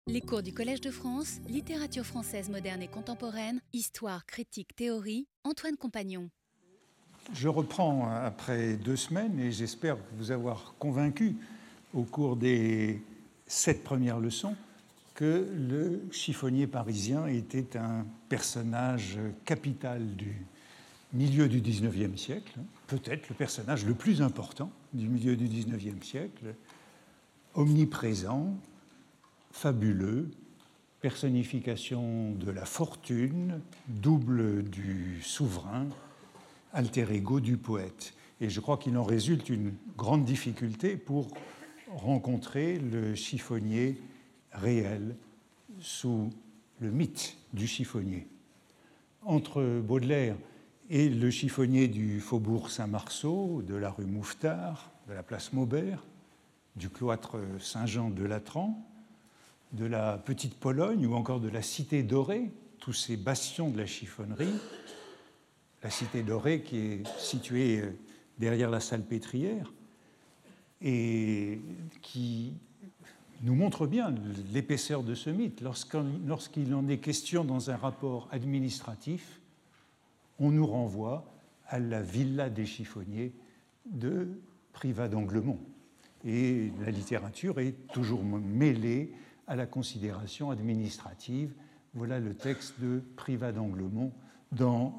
Les cours du Collège de France, littérature française moderne et contemporaine, histoire, critique, théorie, Antoine Compagnon. Je reprends après 2 semaines et j'espère vous avoir convaincu au cours des 7 premières leçons que le chiffonnier parisien était un personnage capital du milieu du XIXe siècle, peut-être le personnage le plus important du milieu du XIXe siècle, omniprésent, fabuleux, personnification de la fortune, double du souverain, alter ego du poète. Et je crois qu'il en résulte une grande difficulté pour rencontrer le chiffonnier réel sous le mythe du chiffonnier. Entre Baudelaire et le chiffonnier du faubourg Saint-Marceau, de la rue Mouffetard, de la place Maubert, du cloître Saint-Jean de Latran, de la Petite Pologne ou encore de la Cité dorée, tous ces bastions de la chiffonnerie, la Cité dorée qui est située derrière la Salpêtrière et qui nous montre bien l'épaisseur de ce mythe. Lorsqu'il en est question dans un rapport administratif, on nous renvoie à la villa des chiffonniers de Privat d'Anglemont. Et la littérature est toujours mêlée à la considération administrative. Voilà le texte de Privat d'Anglemont dans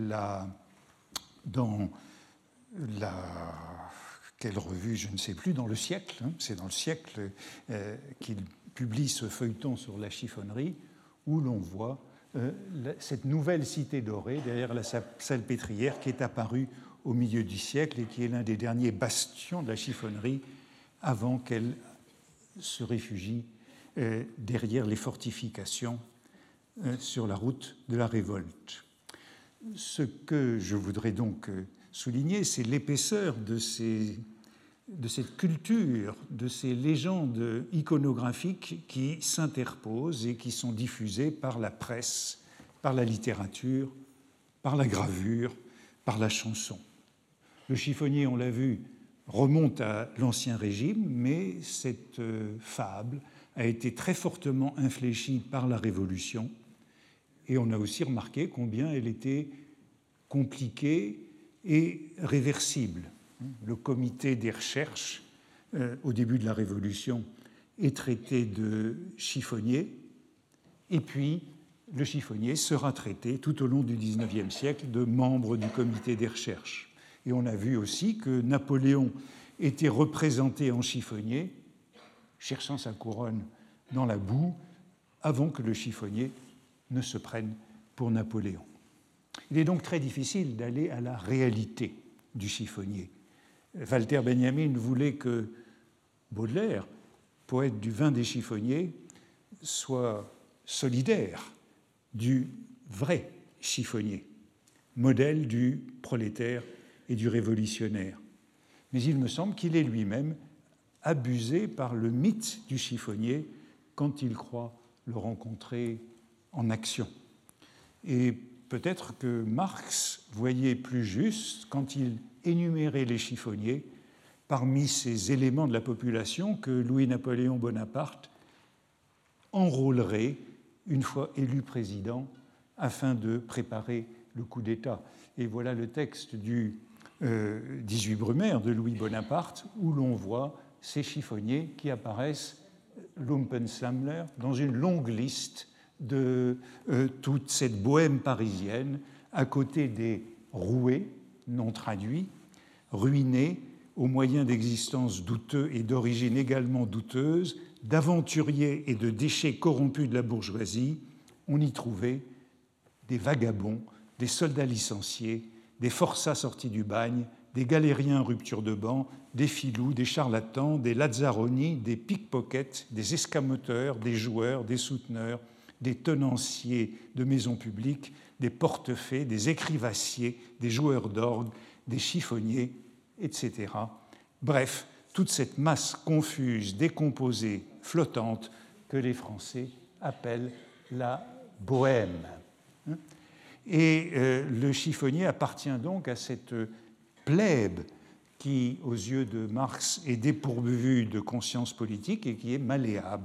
quelle revue, je ne sais plus, dans Le Siècle. C'est dans Le Siècle qu'il publie ce feuilleton sur la chiffonnerie, où l'on voit cette nouvelle cité dorée derrière la Salpêtrière qui est apparue au milieu du siècle et qui est l'un des derniers bastions de la chiffonnerie avant qu'elle se réfugie derrière les fortifications sur la route de la Révolte. Ce que je voudrais donc souligner, c'est l'épaisseur de cette culture, de ces légendes iconographiques qui s'interposent et qui sont diffusées par la presse, par la littérature, par la gravure, par la chanson. Le chiffonnier, on l'a vu, remonte à l'Ancien Régime, mais cette fable a été très fortement infléchie par la Révolution. Et on a aussi remarqué combien elle était compliquée et réversible. Le comité des recherches, au début de la Révolution, est traité de chiffonnier, et puis le chiffonnier sera traité tout au long du XIXe siècle de membre du comité des recherches. Et on a vu aussi que Napoléon était représenté en chiffonnier, cherchant sa couronne dans la boue, avant que le chiffonnier ne se prenne pour Napoléon. Il est donc très difficile d'aller à la réalité du chiffonnier. Walter Benjamin voulait que Baudelaire, poète du vin des chiffonniers, soit solidaire du vrai chiffonnier, modèle du prolétaire et du révolutionnaire. Mais il me semble qu'il est lui-même abusé par le mythe du chiffonnier quand il croit le rencontrer en action. Et peut-être que Marx voyait plus juste quand il énumérait les chiffonniers parmi ces éléments de la population que Louis-Napoléon Bonaparte enrôlerait une fois élu président afin de préparer le coup d'État. Et voilà le texte du 18 Brumaire de Louis Bonaparte où l'on voit ces chiffonniers qui apparaissent Lumpensammler dans une longue liste de toute cette bohème parisienne, à côté des roués, non traduits, ruinés, aux moyens d'existence douteux et d'origine également douteuse, d'aventuriers et de déchets corrompus de la bourgeoisie, on y trouvait des vagabonds, des soldats licenciés, des forçats sortis du bagne, des galériens en rupture de banc, des filous, des charlatans, des lazzaroni, des pickpockets, des escamoteurs, des joueurs, des souteneurs, des tenanciers de maisons publiques, des portefaix, des écrivassiers, des joueurs d'orgue, des chiffonniers, etc. Bref, toute cette masse confuse, décomposée, flottante que les Français appellent la bohème. Et le chiffonnier appartient donc à cette plèbe qui, aux yeux de Marx, est dépourvue de conscience politique et qui est malléable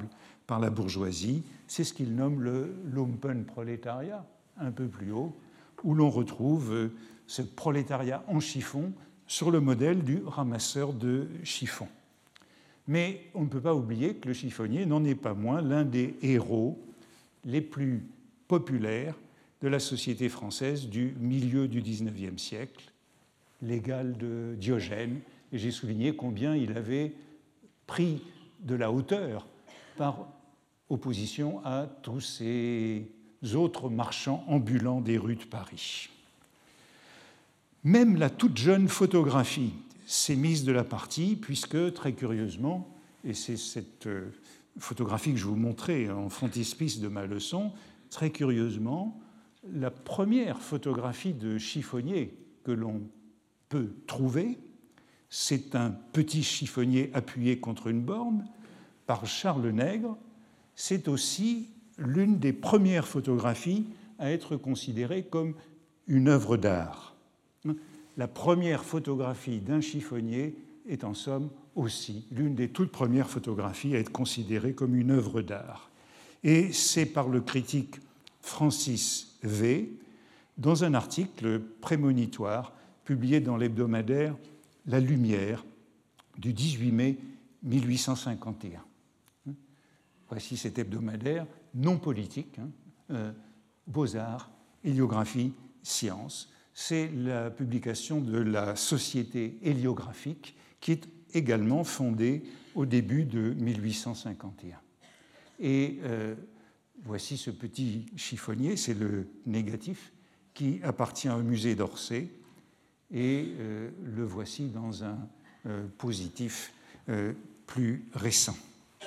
par la bourgeoisie. C'est ce qu'il nomme le Lumpenprolétariat, un peu plus haut, où l'on retrouve ce prolétariat en chiffon sur le modèle du ramasseur de chiffons. Mais on ne peut pas oublier que le chiffonnier n'en est pas moins l'un des héros les plus populaires de la société française du milieu du XIXe siècle, l'égal de Diogène. Et j'ai souligné combien il avait pris de la hauteur par opposition à tous ces autres marchands ambulants des rues de Paris. Même la toute jeune photographie s'est mise de la partie, puisque, très curieusement, et c'est cette photographie que je vous montrais en frontispice de ma leçon, très curieusement, la première photographie de chiffonnier que l'on peut trouver, c'est un petit chiffonnier appuyé contre une borne par Charles Nègre. C'est aussi l'une des premières photographies à être considérée comme une œuvre d'art. La première photographie d'un chiffonnier est en somme aussi l'une des toutes premières photographies à être considérée comme une œuvre d'art. Et c'est par le critique Francis V, dans un article prémonitoire publié dans l'hebdomadaire La Lumière du 18 mai 1851. Voici cet hebdomadaire non politique, Beaux-Arts, héliographie, sciences. C'est la publication de la Société héliographique qui est également fondée au début de 1851. Et voici ce petit chiffonnier, c'est le négatif qui appartient au musée d'Orsay, et le voici dans un positif plus récent.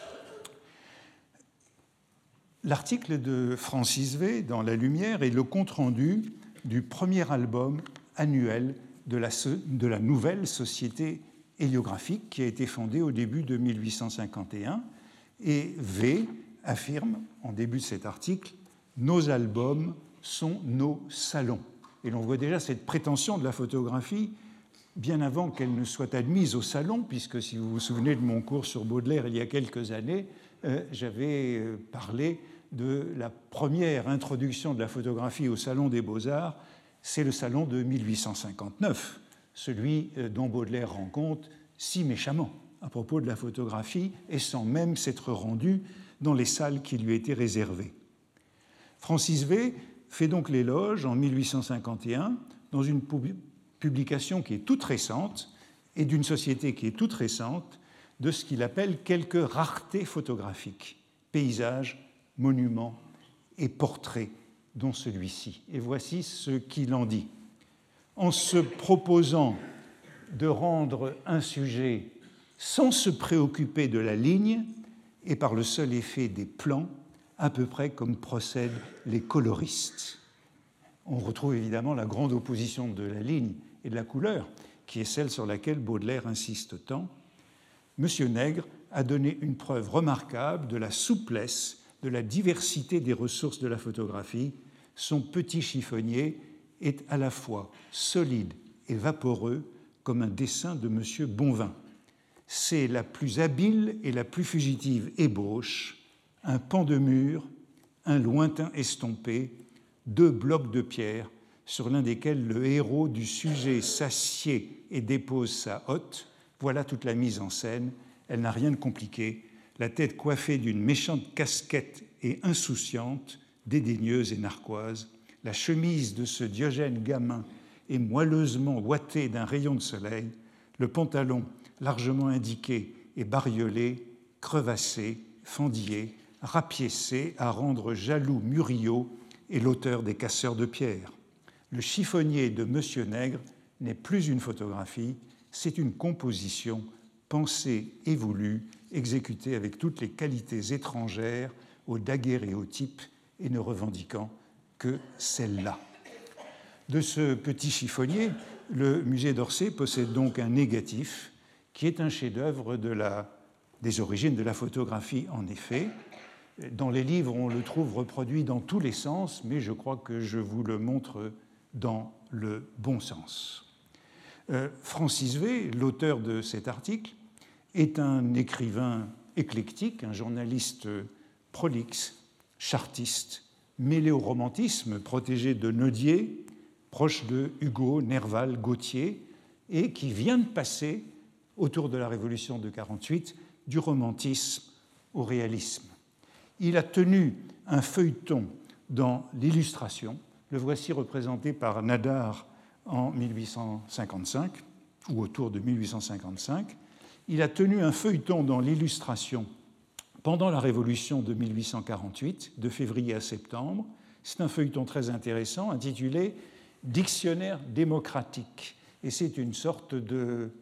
L'article de Francis V dans La Lumière est le compte-rendu du premier album annuel de la nouvelle Société héliographique qui a été fondée au début de 1851. Et V affirme, en début de cet article, « Nos albums sont nos salons ». Et l'on voit déjà cette prétention de la photographie bien avant qu'elle ne soit admise au salon, puisque si vous vous souvenez de mon cours sur Baudelaire il y a quelques années, j'avais parlé de la première introduction de la photographie au Salon des Beaux-Arts. C'est le salon de 1859, celui dont Baudelaire rend compte si méchamment à propos de la photographie et sans même s'être rendu dans les salles qui lui étaient réservées. Francis V fait donc l'éloge en 1851 dans une publication qui est toute récente et d'une société qui est toute récente de ce qu'il appelle quelques raretés photographiques, paysages, monuments et portraits, dont celui-ci. Et voici ce qu'il en dit. En se proposant de rendre un sujet sans se préoccuper de la ligne et par le seul effet des plans, à peu près comme procèdent les coloristes. On retrouve évidemment la grande opposition de la ligne et de la couleur, qui est celle sur laquelle Baudelaire insiste tant. M. Nègre a donné une preuve remarquable de la souplesse, de la diversité des ressources de la photographie. Son petit chiffonnier est à la fois solide et vaporeux comme un dessin de M. Bonvin. C'est la plus habile et la plus fugitive ébauche, un pan de mur, un lointain estompé, 2 blocs de pierre sur l'un desquels le héros du sujet s'assied et dépose sa hotte. Voilà toute la mise en scène. Elle n'a rien de compliqué. La tête coiffée d'une méchante casquette et insouciante, dédaigneuse et narquoise, la chemise de ce Diogène gamin est moelleusement ouatée d'un rayon de soleil, le pantalon largement indiqué et bariolé, crevassé, fendillé, rapiécé à rendre jaloux Murillo et l'auteur des Casseurs de pierre. Le chiffonnier de M. Nègre n'est plus une photographie, c'est une composition pensée et voulue, exécutée avec toutes les qualités étrangères au daguerréotype et ne revendiquant que celle-là. De ce petit chiffonnier, le musée d'Orsay possède donc un négatif qui est un chef-d'œuvre des origines de la photographie, en effet. Dans les livres, on le trouve reproduit dans tous les sens, mais je crois que je vous le montre dans le bon sens. Francis V, l'auteur de cet article, est un écrivain éclectique, un journaliste prolixe, chartiste, mêlé au romantisme, protégé de Nodier, proche de Hugo, Nerval, Gautier, et qui vient de passer, autour de la Révolution de 1948, du romantisme au réalisme. Il a tenu un feuilleton dans l'Illustration, le voici représenté par Nadar en 1855, ou autour de 1855. Il a tenu un feuilleton dans l'Illustration pendant la Révolution de 1848, de février à septembre. C'est un feuilleton très intéressant intitulé « Dictionnaire démocratique ». Et c'est une sorte de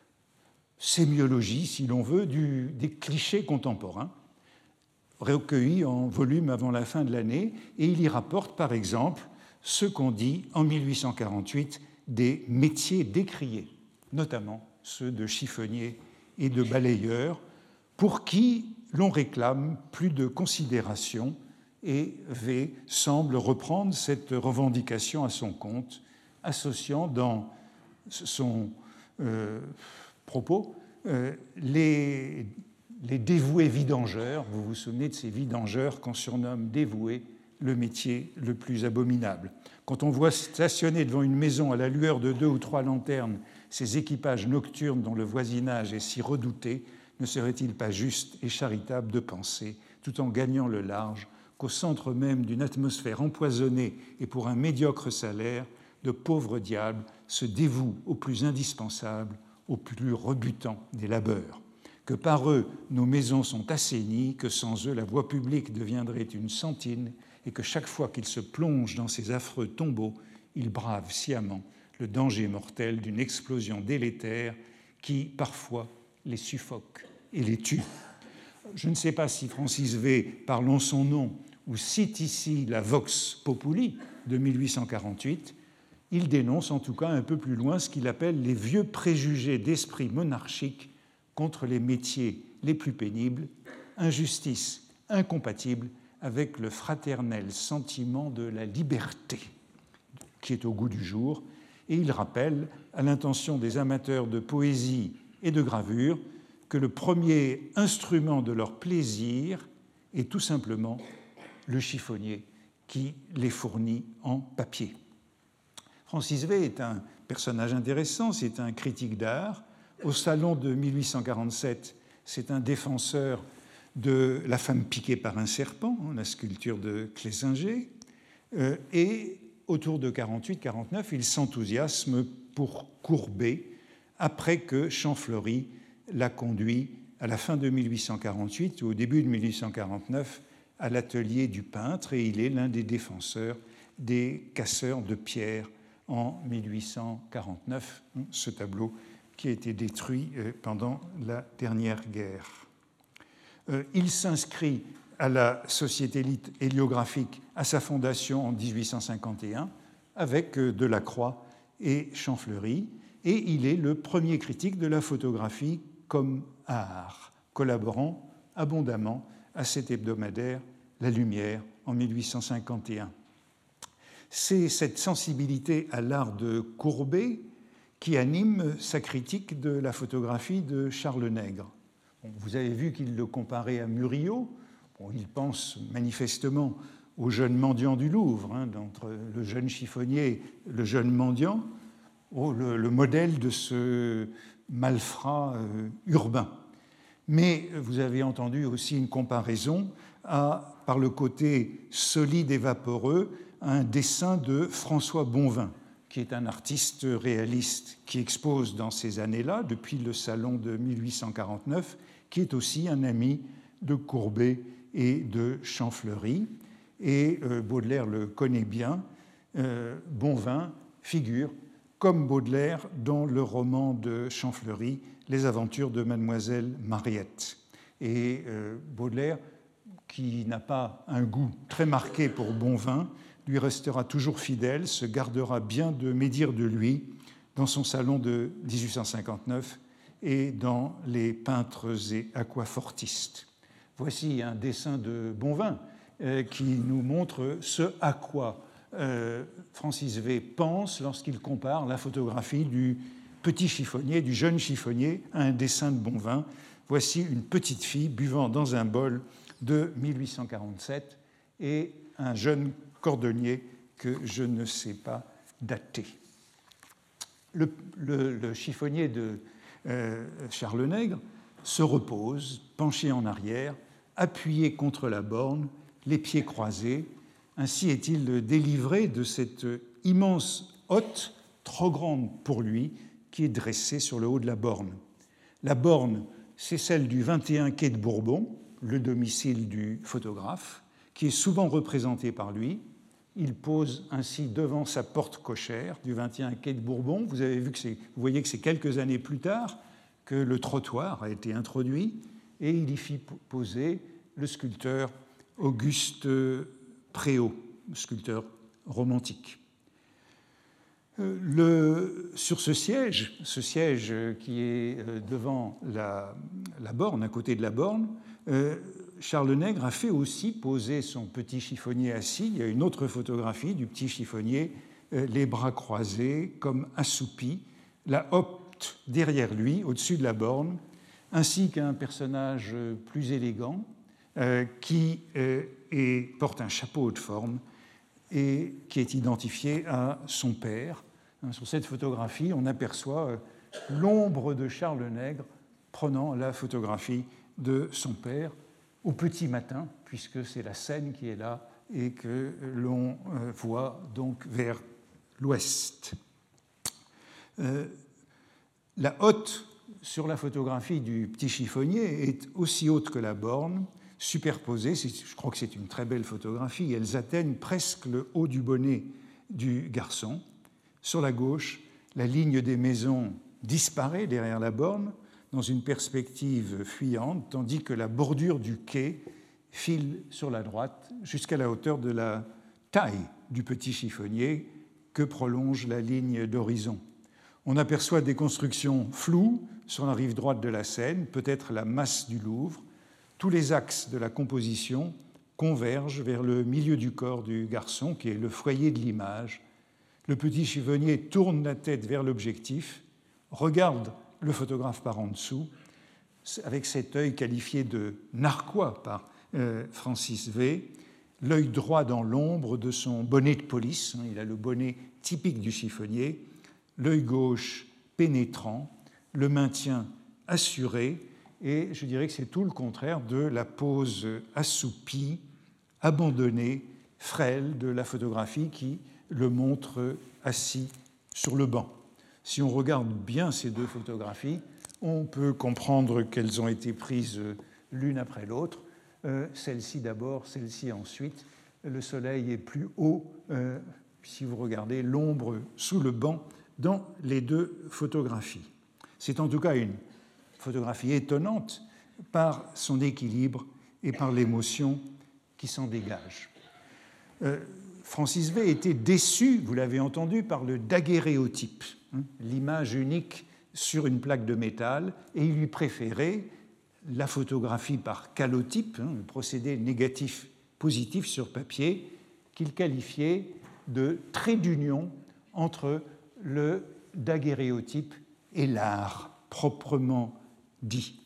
sémiologie, si l'on veut, des clichés contemporains, recueillis en volume avant la fin de l'année. Et il y rapporte, par exemple, ce qu'on dit en 1848 des métiers décriés, notamment ceux de chiffonniers et de balayeurs, pour qui l'on réclame plus de considération, et V semble reprendre cette revendication à son compte, associant dans son propos les dévoués vidangeurs. Vous vous souvenez de ces vidangeurs qu'on surnomme dévoués, le métier le plus abominable. Quand on voit stationner devant une maison à la lueur de 2 ou 3 lanternes ces équipages nocturnes dont le voisinage est si redouté, ne serait-il pas juste et charitable de penser, tout en gagnant le large, qu'au centre même d'une atmosphère empoisonnée et pour un médiocre salaire, de pauvres diables se dévouent au plus indispensable, au plus rebutant des labeurs, que par eux nos maisons sont assainies, que sans eux la voie publique deviendrait une sentine, et que chaque fois qu'ils se plongent dans ces affreux tombeaux, ils bravent sciemment le danger mortel d'une explosion délétère qui, parfois, les suffoque et les tue. Je ne sais pas si Francis V parle en son nom ou cite ici la Vox Populi de 1848. Il dénonce en tout cas un peu plus loin ce qu'il appelle les vieux préjugés d'esprit monarchique contre les métiers les plus pénibles, injustice incompatible avec le fraternel sentiment de la liberté qui est au goût du jour, et il rappelle, à l'intention des amateurs de poésie et de gravure, que le premier instrument de leur plaisir est tout simplement le chiffonnier qui les fournit en papier. Francis V est un personnage intéressant, c'est un critique d'art. Au salon de 1847, c'est un défenseur de la femme piquée par un serpent, la sculpture de Clésinger, et autour de 48-49, il s'enthousiasme pour Courbet, après que Champfleury l'a conduit à la fin de 1848 ou au début de 1849 à l'atelier du peintre, et il est l'un des défenseurs des casseurs de pierre en 1849, ce tableau qui a été détruit pendant la dernière guerre. Il s'inscrit à la Société héliographique à sa fondation en 1851 avec Delacroix et Champfleury, et il est le premier critique de la photographie comme art, collaborant abondamment à cet hebdomadaire La Lumière en 1851. C'est cette sensibilité à l'art de Courbet qui anime sa critique de la photographie de Charles Nègre. Bon, vous avez vu qu'il le comparait à Murillo. Bon, il pense manifestement au jeune mendiant du Louvre, entre le jeune chiffonnier et le jeune mendiant, le modèle de ce malfrat urbain. Mais vous avez entendu aussi une comparaison par le côté solide et vaporeux, à un dessin de François Bonvin, qui est un artiste réaliste qui expose dans ces années-là, depuis le salon de 1849, qui est aussi un ami de Courbet et de Champfleury. Et Baudelaire le connaît bien. Bonvin figure, comme Baudelaire, dans le roman de Champfleury, Les aventures de Mademoiselle Mariette. Et Baudelaire, qui n'a pas un goût très marqué pour Bonvin, lui restera toujours fidèle, se gardera bien de médire de lui dans son salon de 1859 et dans Les peintres et aquafortistes. Voici un dessin de Bonvin qui nous montre ce à quoi Francis V pense lorsqu'il compare la photographie du petit chiffonnier, du jeune chiffonnier, à un dessin de Bonvin. Voici une petite fille buvant dans un bol de 1847 et un jeune cordonnier que je ne sais pas dater. Le chiffonnier de Charles Nègre se repose, penché en arrière, appuyé contre la borne, les pieds croisés. Ainsi est-il délivré de cette immense hotte, trop grande pour lui, qui est dressée sur le haut de la borne. La borne, c'est celle du 21 quai de Bourbon, le domicile du photographe, qui est souvent représenté par lui. Il pose ainsi devant sa porte cochère du 21 quai de Bourbon. Vous voyez que c'est quelques années plus tard que le trottoir a été introduit, et il y fit poser le sculpteur Auguste Préau, sculpteur romantique. Sur ce siège qui est devant la borne, à côté de la borne, Charles Nègre a fait aussi poser son petit chiffonnier assis. Il y a une autre photographie du petit chiffonnier, les bras croisés, comme assoupi, la hotte derrière lui, au-dessus de la borne, ainsi qu'un personnage plus élégant qui porte un chapeau de forme et qui est identifié à son père. Sur cette photographie, on aperçoit l'ombre de Charles Nègre prenant la photographie de son père au petit matin, puisque c'est la Seine qui est là et que l'on voit donc vers l'ouest. La hotte sur la photographie du petit chiffonnier est aussi haute que la borne, superposées. Je crois que c'est une très belle photographie. Elles atteignent presque le haut du bonnet du garçon. Sur la gauche, la ligne des maisons disparaît derrière la borne dans une perspective fuyante, tandis que la bordure du quai file sur la droite jusqu'à la hauteur de la taille du petit chiffonnier que prolonge la ligne d'horizon. On aperçoit des constructions floues sur la rive droite de la Seine, peut-être la masse du Louvre. Tous les axes de la composition convergent vers le milieu du corps du garçon, qui est le foyer de l'image. Le petit chiffonnier tourne la tête vers l'objectif, regarde le photographe par en dessous, avec cet œil qualifié de narquois par Francis V, l'œil droit dans l'ombre de son bonnet de police, il a le bonnet typique du chiffonnier, l'œil gauche pénétrant, le maintien assuré, et je dirais que c'est tout le contraire de la pose assoupie, abandonnée, frêle de la photographie qui le montre assis sur le banc. Si on regarde bien ces deux photographies, on peut comprendre qu'elles ont été prises l'une après l'autre. Celle-ci d'abord, celle-ci ensuite. Le soleil est plus haut, si vous regardez l'ombre sous le banc dans les deux photographies. C'est en tout cas une photographie étonnante par son équilibre et par l'émotion qui s'en dégage. Francis V était déçu, vous l'avez entendu, par le daguerréotype, l'image unique sur une plaque de métal, et il lui préférait la photographie par calotype, le procédé négatif-positif sur papier, qu'il qualifiait de trait d'union entre le daguerréotype et l'art proprement dit.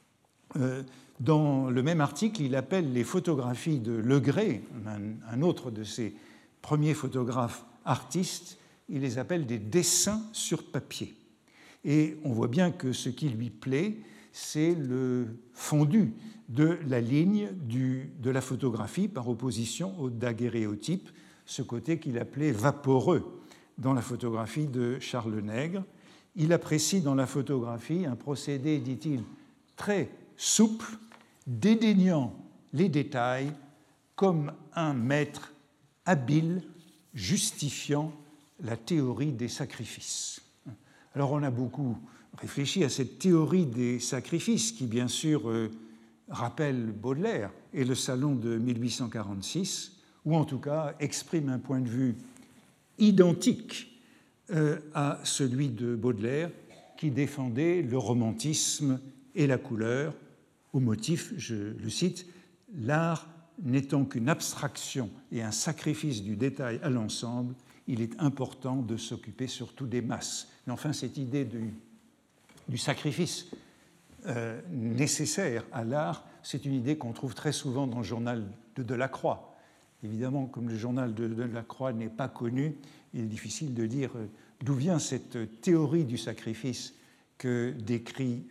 Dans le même article, il appelle les photographies de Legray, un autre de ses premiers photographes artistes, il les appelle des dessins sur papier. Et on voit bien que ce qui lui plaît, c'est le fondu de la ligne de la photographie par opposition au daguerréotype, ce côté qu'il appelait vaporeux dans la photographie de Charles Nègre. Il apprécie dans la photographie un procédé, dit-il, très souple, dédaignant les détails, comme un maître habile justifiant la théorie des sacrifices. Alors on a beaucoup réfléchi à cette théorie des sacrifices qui, bien sûr, rappelle Baudelaire et le Salon de 1846, ou en tout cas exprime un point de vue identique à celui de Baudelaire qui défendait le romantisme et la couleur au motif, je le cite, « l'art n'étant qu'une abstraction et un sacrifice du détail à l'ensemble, il est important de s'occuper surtout des masses. » Mais enfin, cette idée du sacrifice nécessaire à l'art c'est une idée qu'on trouve très souvent dans le journal de Delacroix. Évidemment, comme le journal de Delacroix n'est pas connu, il est difficile de dire d'où vient cette théorie du sacrifice que décrit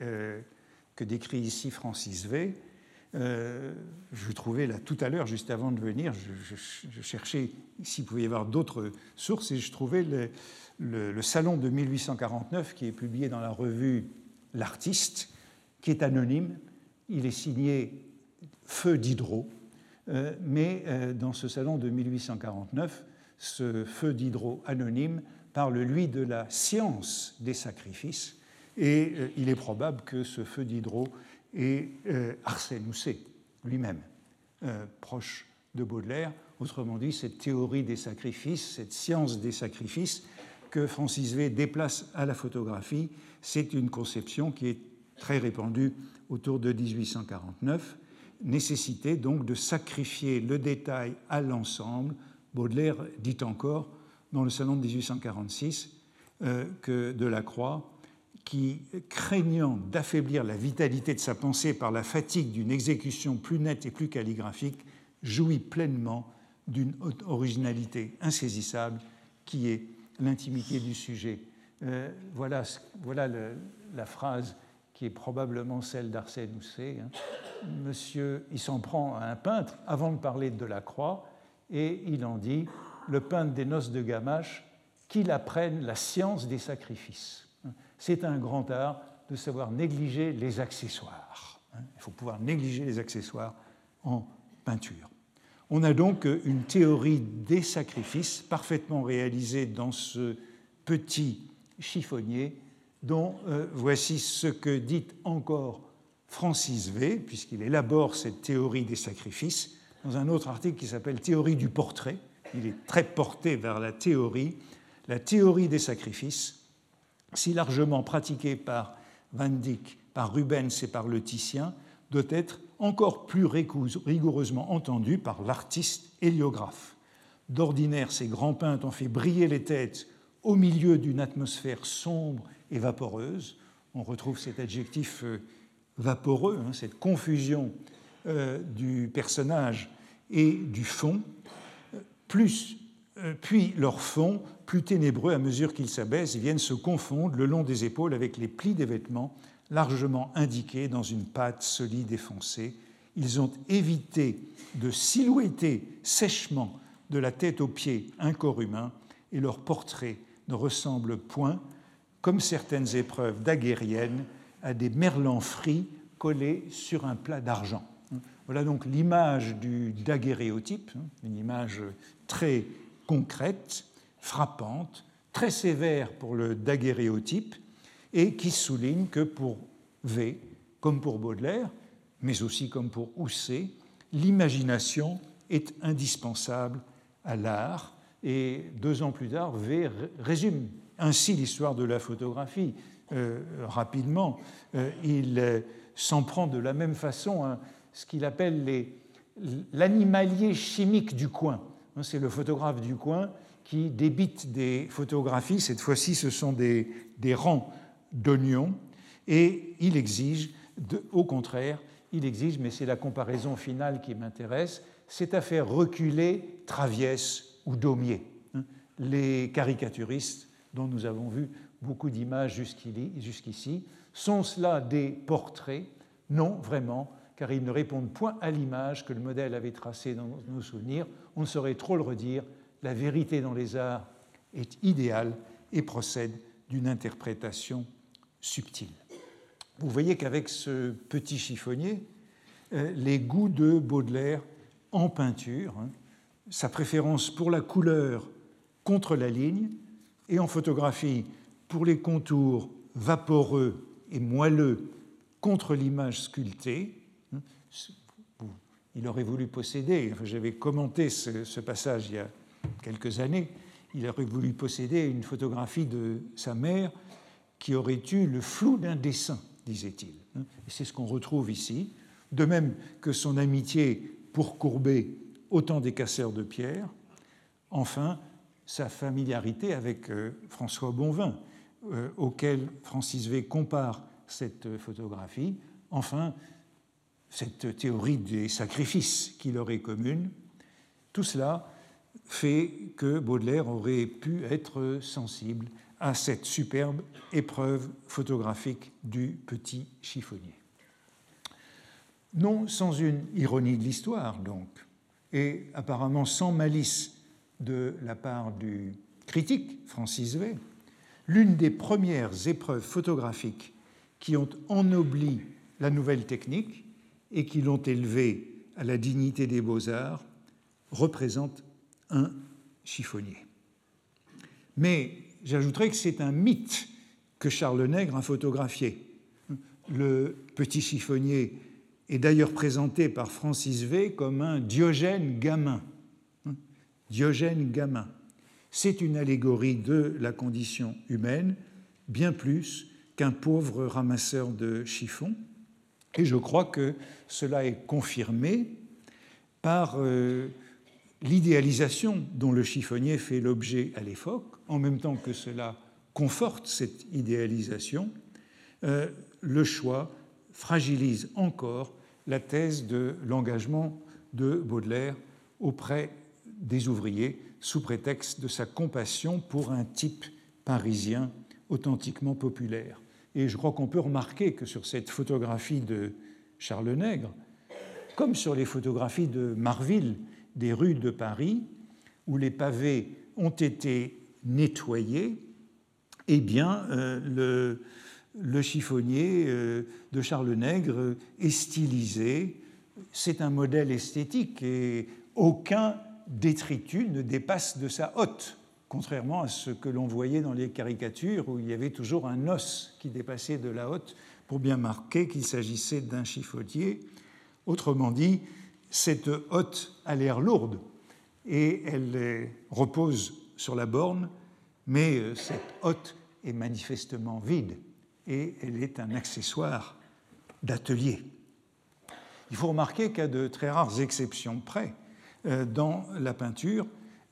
ici Francis V. Je trouvais là tout à l'heure, juste avant de venir, je cherchais s'il pouvait y avoir d'autres sources et je trouvais le salon de 1849 qui est publié dans la revue L'Artiste, qui est anonyme. Il est signé Feu Diderot, mais dans ce salon de 1849, ce Feu Diderot anonyme parle, lui, de la science des sacrifices, et il est probable que ce Feu Diderot est Arsène Houssaye lui-même, proche de Baudelaire. Autrement dit, cette théorie des sacrifices, cette science des sacrifices que Francis V déplace à la photographie, c'est une conception qui est très répandue autour de 1849, nécessité donc de sacrifier le détail à l'ensemble. Baudelaire dit encore dans le salon de 1846 que Delacroix, qui, craignant d'affaiblir la vitalité de sa pensée par la fatigue d'une exécution plus nette et plus calligraphique, jouit pleinement d'une originalité insaisissable qui est l'intimité du sujet. Voilà la phrase qui est probablement celle d'Arsène Houssaye. Monsieur, il s'en prend à un peintre avant de parler de Delacroix et il en dit « Le peintre des noces de Gamache, qu'il apprenne la science des sacrifices ». C'est un grand art de savoir négliger les accessoires. Il faut pouvoir négliger les accessoires en peinture. On a donc une théorie des sacrifices parfaitement réalisée dans ce petit chiffonnier dont voici ce que dit encore Francis V, puisqu'il élabore cette théorie des sacrifices, dans un autre article qui s'appelle « Théorie du portrait ». Il est très porté vers la théorie. La théorie des sacrifices, si largement pratiquée par Van Dyck, par Rubens et par le Titien, doit être encore plus rigoureusement entendue par l'artiste héliographe. D'ordinaire, ces grands peintres ont fait briller les têtes au milieu d'une atmosphère sombre et vaporeuse. On retrouve cet adjectif vaporeux, cette confusion du personnage et du fond, puis leur fond, plus ténébreux à mesure qu'ils s'abaissent, viennent se confondre le long des épaules avec les plis des vêtements, largement indiqués dans une pâte solide et foncée. Ils ont évité de silhouetter sèchement de la tête aux pieds un corps humain, et leur portrait ne ressemble point, comme certaines épreuves daguerriennes, à des merlans frits collés sur un plat d'argent. Voilà donc l'image du daguerréotype, une image très concrète, frappante, très sévère pour le daguerréotype, et qui souligne que pour V, comme pour Baudelaire, mais aussi comme pour Houssaye, l'imagination est indispensable à l'art. Et 2 ans plus tard, V résume ainsi l'histoire de la photographie rapidement. Il s'en prend de la même façon à ce qu'il appelle l'animalier chimique du coin. C'est le photographe du coin qui débite des photographies. Cette fois-ci, ce sont des rangs d'oignons. Et il exige, au contraire, mais c'est la comparaison finale qui m'intéresse, c'est à faire reculer Traviès ou Daumier, les caricaturistes dont nous avons vu beaucoup d'images jusqu'ici. Sont cela des portraits? Non, vraiment, car ils ne répondent point à l'image que le modèle avait tracée dans nos souvenirs. On ne saurait trop le redire, la vérité dans les arts est idéale et procède d'une interprétation subtile. Vous voyez qu'avec ce petit chiffonnier, les goûts de Baudelaire en peinture, sa préférence pour la couleur contre la ligne, et en photographie pour les contours vaporeux et moelleux contre l'image sculptée. Il aurait voulu posséder, j'avais commenté ce passage il y a quelques années, il aurait voulu posséder une photographie de sa mère qui aurait eu le flou d'un dessin, disait-il. Et c'est ce qu'on retrouve ici, de même que son amitié pour Courbet au temps des casseurs de pierre. Enfin, sa familiarité avec François Bonvin, auquel Francis V compare cette photographie. Enfin, cette théorie des sacrifices qui leur est commune, tout cela fait que Baudelaire aurait pu être sensible à cette superbe épreuve photographique du petit chiffonnier. Non sans une ironie de l'histoire, donc, et apparemment sans malice de la part du critique Francis V, l'une des premières épreuves photographiques qui ont ennobli la nouvelle technique et qui l'ont élevée à la dignité des beaux-arts représente un chiffonnier. Mais j'ajouterais que c'est un mythe que Charles Nègre a photographié. Le petit chiffonnier est d'ailleurs présenté par Francis V comme un Diogène gamin. Diogène gamin. C'est une allégorie de la condition humaine, bien plus qu'un pauvre ramasseur de chiffons. Et je crois que cela est confirmé par l'idéalisation dont le chiffonnier fait l'objet à l'époque, en même temps que cela conforte cette idéalisation, le choix fragilise encore la thèse de l'engagement de Baudelaire auprès des ouvriers sous prétexte de sa compassion pour un type parisien authentiquement populaire. Et je crois qu'on peut remarquer que sur cette photographie de Charles Nègre, comme sur les photographies de Marville des rues de Paris, où les pavés ont été nettoyés, eh bien, le chiffonnier de Charles Nègre est stylisé. C'est un modèle esthétique et aucun détritus ne dépasse de sa hotte, contrairement à ce que l'on voyait dans les caricatures où il y avait toujours un os qui dépassait de la hotte pour bien marquer qu'il s'agissait d'un chiffonnier. Autrement dit, cette hotte a l'air lourde et elle repose sur la borne, mais cette hotte est manifestement vide et elle est un accessoire d'atelier. Il faut remarquer qu'à de très rares exceptions près, dans la peinture,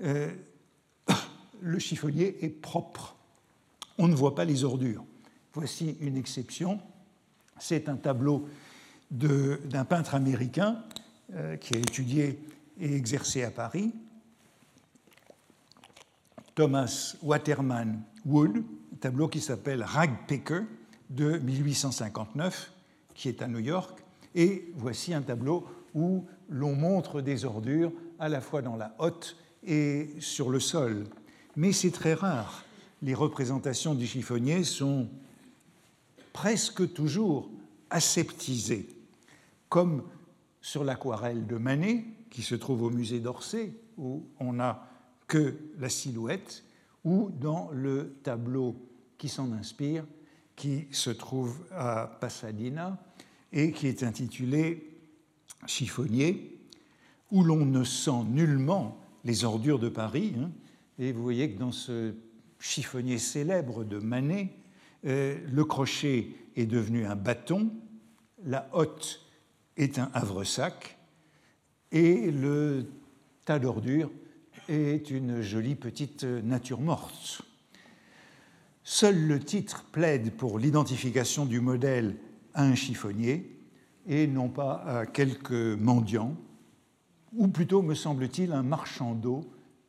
le chiffonnier est propre. On ne voit pas les ordures. Voici une exception. C'est un tableau d'un peintre américain qui a étudié et exercé à Paris, Thomas Waterman Wood, un tableau qui s'appelle Ragpicker de 1859, qui est à New York. Et voici un tableau où l'on montre des ordures à la fois dans la hotte et sur le sol. Mais c'est très rare. Les représentations du chiffonnier sont presque toujours aseptisées, comme sur l'aquarelle de Manet, qui se trouve au musée d'Orsay, où on n'a que la silhouette, ou dans le tableau qui s'en inspire, qui se trouve à Pasadena et qui est intitulé Chiffonnier, où l'on ne sent nullement les ordures de Paris. Et vous voyez que dans ce chiffonnier célèbre de Manet, le crochet est devenu un bâton, la hotte est un havresac et le tas d'ordures est une jolie petite nature morte. Seul le titre plaide pour l'identification du modèle à un chiffonnier et non pas à quelques mendiants, ou plutôt, me semble-t-il, un marchand d'os,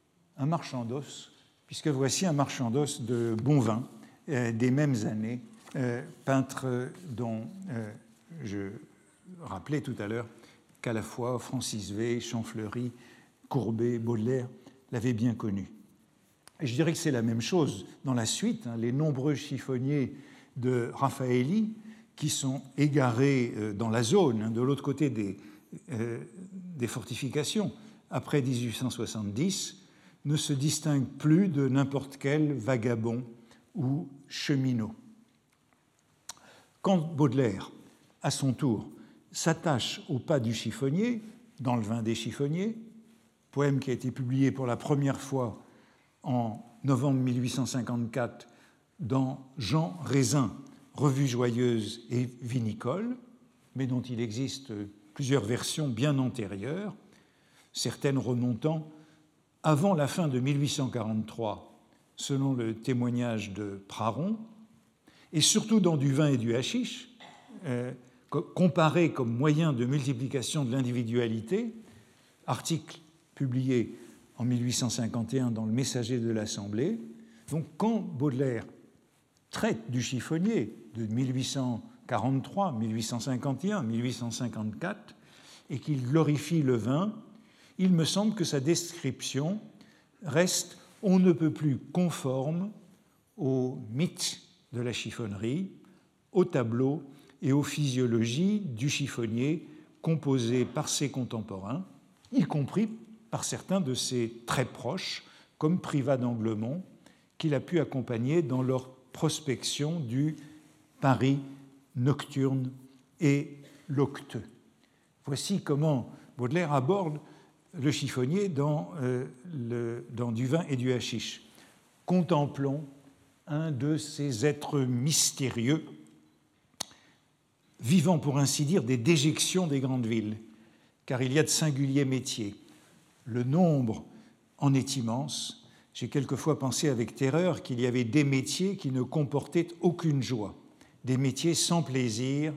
puisque voici un marchand d'os de bon vin des mêmes années, peintre dont je rappelais tout à l'heure qu'à la fois Francis V, Champfleury, Courbet, Baudelaire l'avaient bien connu. Et je dirais que c'est la même chose dans la suite. Les nombreux chiffonniers de Raffaelli qui sont égarés dans la zone, de l'autre côté des fortifications, après 1870, ne se distinguent plus de n'importe quel vagabond ou cheminot. Quand Baudelaire, à son tour, s'attache au pas du chiffonnier, dans le vin des chiffonniers, poème qui a été publié pour la première fois en novembre 1854 dans Jean Raisin, Revue joyeuse et vinicole, mais dont il existe plusieurs versions bien antérieures, certaines remontant avant la fin de 1843, selon le témoignage de Praron, et surtout dans du vin et du hashish, comparé comme moyen de multiplication de l'individualité, article publié en 1851 dans le Messager de l'Assemblée. Donc quand Baudelaire traite du chiffonnier de 1843, 1851, 1854 et qu'il glorifie le vin, il me semble que sa description reste on ne peut plus conforme au mythe de la chiffonnerie, au tableau et aux physiologies du chiffonnier composé par ses contemporains, y compris par certains de ses très proches, comme Privat d'Anglemont, qu'il a pu accompagner dans leur prospection du Paris nocturne et locteux. Voici comment Baudelaire aborde le chiffonnier dans Du vin et du hashish. Contemplons un de ces êtres mystérieux, vivant pour ainsi dire des déjections des grandes villes, car il y a de singuliers métiers. Le nombre en est immense. J'ai quelquefois pensé avec terreur qu'il y avait des métiers qui ne comportaient aucune joie, des métiers sans plaisir,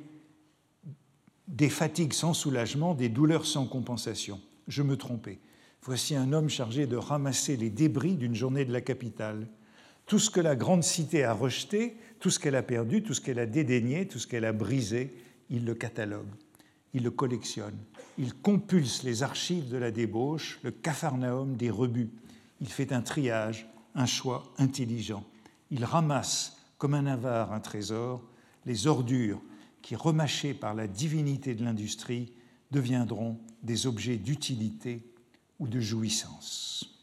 des fatigues sans soulagement, des douleurs sans compensation. Je me trompais. Voici un homme chargé de ramasser les débris d'une journée de la capitale. Tout ce que la grande cité a rejeté, tout ce qu'elle a perdu, tout ce qu'elle a dédaigné, tout ce qu'elle a brisé, il le catalogue, il le collectionne. Il compulse les archives de la débauche, le capharnaüm des rebuts. Il fait un triage, un choix intelligent. Il ramasse, comme un avare, un trésor. Les ordures qui, remâchées par la divinité de l'industrie, deviendront des objets d'utilité ou de jouissance.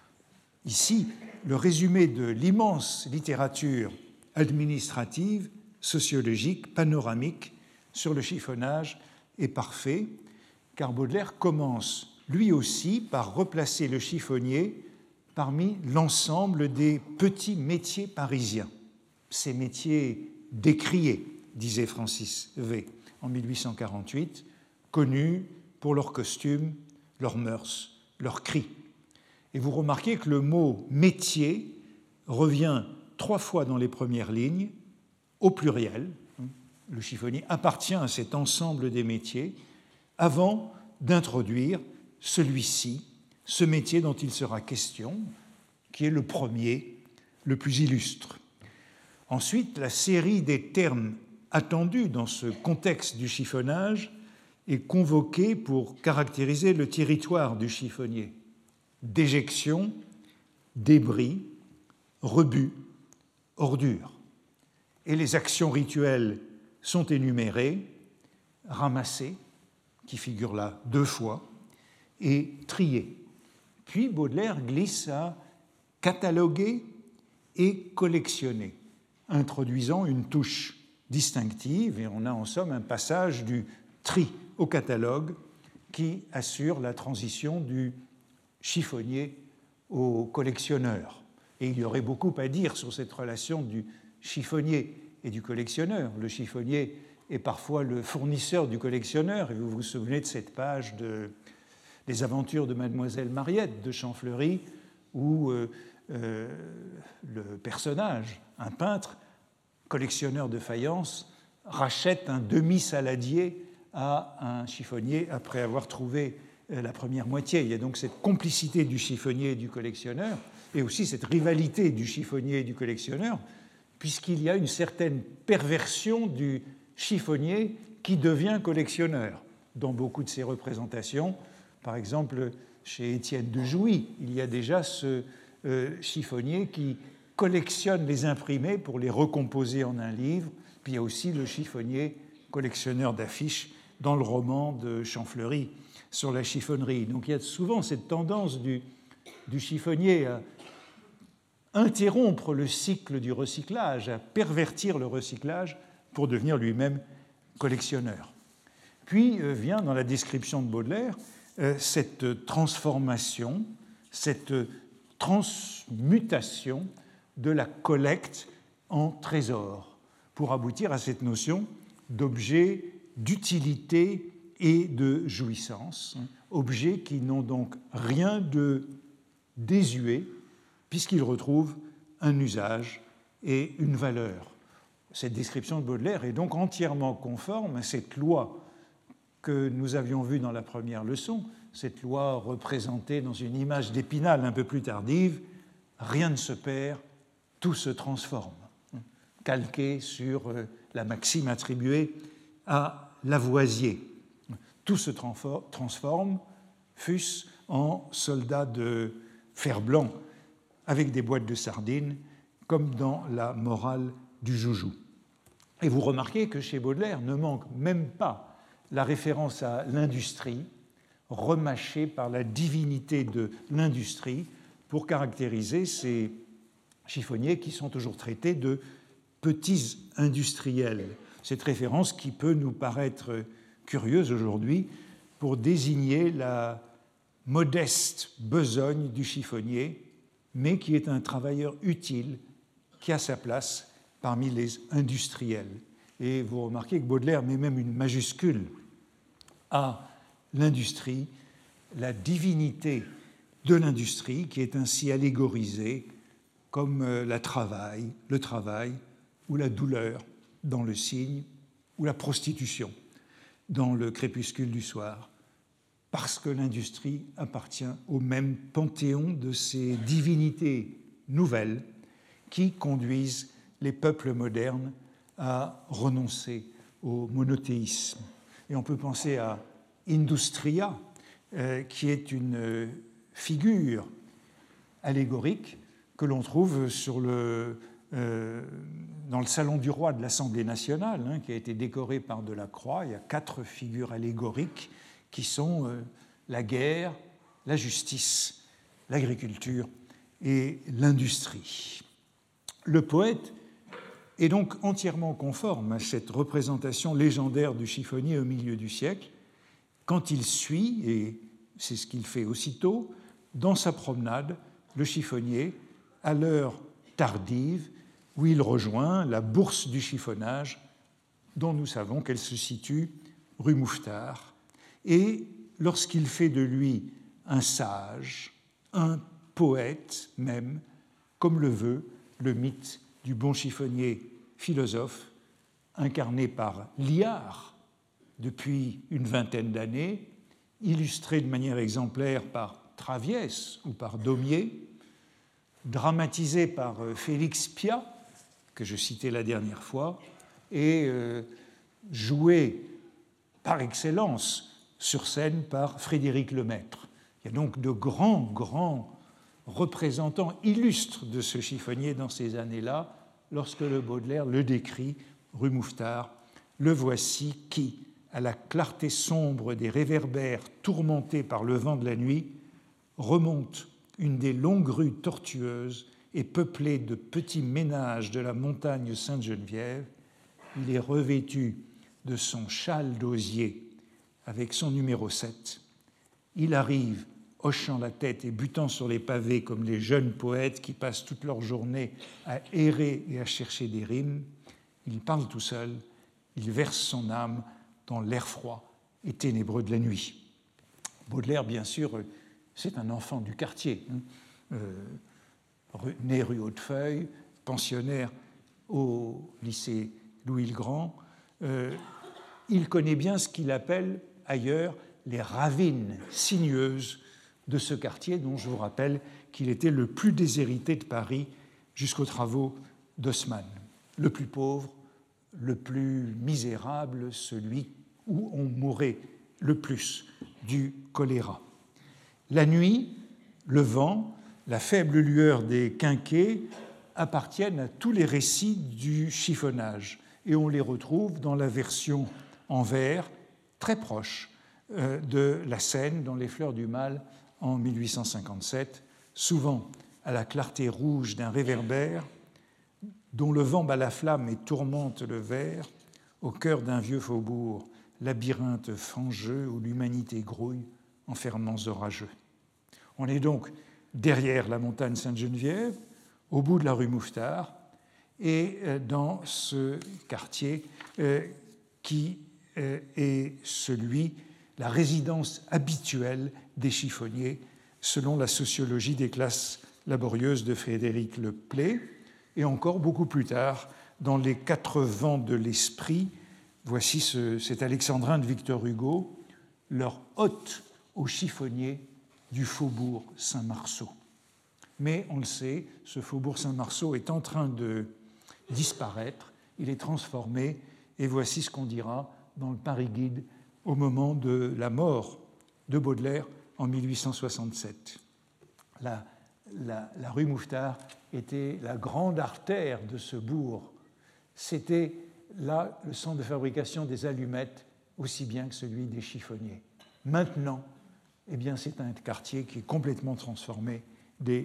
Ici, le résumé de l'immense littérature administrative, sociologique, panoramique sur le chiffonnage est parfait, car Baudelaire commence lui aussi par replacer le chiffonnier parmi l'ensemble des petits métiers parisiens. Ces métiers décriés, disait Francis V. en 1848, connus pour leurs costumes, leurs mœurs, leurs cris. Et vous remarquez que le mot « métier » revient 3 fois dans les premières lignes, au pluriel. Le chiffonnier appartient à cet ensemble des métiers avant d'introduire celui-ci, ce métier dont il sera question, qui est le premier, le plus illustre. Ensuite, la série des termes attendus dans ce contexte du chiffonnage est convoquée pour caractériser le territoire du chiffonnier. Déjection, débris, rebut, ordures. Et les actions rituelles sont énumérées, ramassées, qui figure là 2 fois, et triées. Puis Baudelaire glisse à cataloguer et collectionner, introduisant une touche distinctive, et on a en somme un passage du tri au catalogue qui assure la transition du chiffonnier au collectionneur. Et il y aurait beaucoup à dire sur cette relation du chiffonnier et du collectionneur. Le chiffonnier est parfois le fournisseur du collectionneur, et vous vous souvenez de cette page des aventures de Mademoiselle Mariette de Champfleury, où le personnage, un peintre, collectionneur de faïence, rachète un demi-saladier à un chiffonnier après avoir trouvé la première moitié. Il y a donc cette complicité du chiffonnier et du collectionneur, et aussi cette rivalité du chiffonnier et du collectionneur, puisqu'il y a une certaine perversion du chiffonnier qui devient collectionneur. Dans beaucoup de ses représentations, par exemple chez Étienne de Jouy, il y a déjà ce chiffonnier qui collectionne les imprimés pour les recomposer en un livre. Puis il y a aussi le chiffonnier collectionneur d'affiches dans le roman de Champfleury sur la chiffonnerie. Donc il y a souvent cette tendance du chiffonnier à interrompre le cycle du recyclage, à pervertir le recyclage pour devenir lui-même collectionneur. Puis vient dans la description de Baudelaire cette transformation, cette transmutation de la collecte en trésor, pour aboutir à cette notion d'objet d'utilité et de jouissance, objets qui n'ont donc rien de désuet, puisqu'ils retrouvent un usage et une valeur. cette description de Baudelaire est donc entièrement conforme à cette loi que nous avions vue dans la première leçon, cette loi représentée dans une image d'Épinal un peu plus tardive, rien ne se perd, tout se transforme, calquée sur la maxime attribuée à Lavoisier. Tout se transforme, fût-ce en soldats de fer-blanc avec des boîtes de sardines, comme dans la morale du Joujou. Et vous remarquez que chez Baudelaire ne manque même pas la référence à l'industrie, remâchée par la divinité de l'industrie, pour caractériser ces chiffonniers qui sont toujours traités de petits industriels. Cette référence qui peut nous paraître curieuse aujourd'hui pour désigner la modeste besogne du chiffonnier, mais qui est un travailleur utile qui a sa place parmi les industriels. Et vous remarquez que Baudelaire met même une majuscule à l'industrie, la divinité de l'industrie qui est ainsi allégorisée comme le travail ou la douleur dans le cygne ou la prostitution dans le crépuscule du soir, parce que l'industrie appartient au même panthéon de ces divinités nouvelles qui conduisent les peuples modernes à renoncer au monothéisme. Et on peut penser à Industria, qui est une figure allégorique que l'on trouve dans le salon du roi de l'Assemblée nationale, qui a été décoré par Delacroix. Il y a 4 figures allégoriques qui sont la guerre, la justice, l'agriculture et l'industrie. Le poète est donc entièrement conforme à cette représentation légendaire du chiffonnier au milieu du siècle quand il suit, et c'est ce qu'il fait aussitôt, dans sa promenade, le chiffonnier à l'heure tardive où il rejoint la bourse du chiffonnage dont nous savons qu'elle se situe rue Mouffetard. Et lorsqu'il fait de lui un sage, un poète même, comme le veut le mythe du bon chiffonnier philosophe, incarné par Liard depuis une vingtaine d'années, illustré de manière exemplaire par Traviès ou par Daumier, dramatisé par Félix Piat, que je citais la dernière fois, et joué par excellence sur scène par Frédéric Lemaître. Il y a donc de grands représentants illustres de ce chiffonnier dans ces années-là, lorsque le Baudelaire le décrit, rue Mouffetard, le voici qui, à la clarté sombre des réverbères tourmentés par le vent de la nuit, remonte une des longues rues tortueuses et peuplées de petits ménages de la montagne Sainte-Geneviève. Il est revêtu de son châle d'osier avec son numéro 7. Il arrive, hochant la tête et butant sur les pavés comme les jeunes poètes qui passent toute leur journée à errer et à chercher des rimes. Il parle tout seul, il verse son âme dans l'air froid et ténébreux de la nuit. Baudelaire, bien sûr, c'est un enfant du quartier, né rue Hautefeuille, pensionnaire au lycée Louis-le-Grand. Il connaît bien ce qu'il appelle ailleurs les ravines sinueuses de ce quartier, dont je vous rappelle qu'il était le plus déshérité de Paris jusqu'aux travaux d'Haussmann, le plus pauvre, le plus misérable, celui où on mourait le plus du choléra. La nuit, le vent, la faible lueur des quinquets appartiennent à tous les récits du chiffonnage et on les retrouve dans la version en vers très proche de la scène dans Les Fleurs du Mal en 1857, souvent à la clarté rouge d'un réverbère dont le vent bat la flamme et tourmente le verre au cœur d'un vieux faubourg, labyrinthe fangeux où l'humanité grouille en ferments orageux. On est donc derrière la montagne Sainte-Geneviève, au bout de la rue Mouffetard, et dans ce quartier qui est la résidence habituelle des chiffonniers, selon la sociologie des classes laborieuses de Frédéric Leplay, et encore beaucoup plus tard dans Les quatre vents de l'esprit. Voici cet alexandrin de Victor Hugo, leur hôte au chiffonnier du faubourg Saint-Marceau. Mais on le sait, ce faubourg Saint-Marceau est en train de disparaître, il est transformé, et voici ce qu'on dira dans le Paris-Guide au moment de la mort de Baudelaire en 1867. La rue Mouffetard était la grande artère de ce bourg. C'était là le centre de fabrication des allumettes, aussi bien que celui des chiffonniers. Maintenant, eh bien, c'est un quartier qui est complètement transformé dès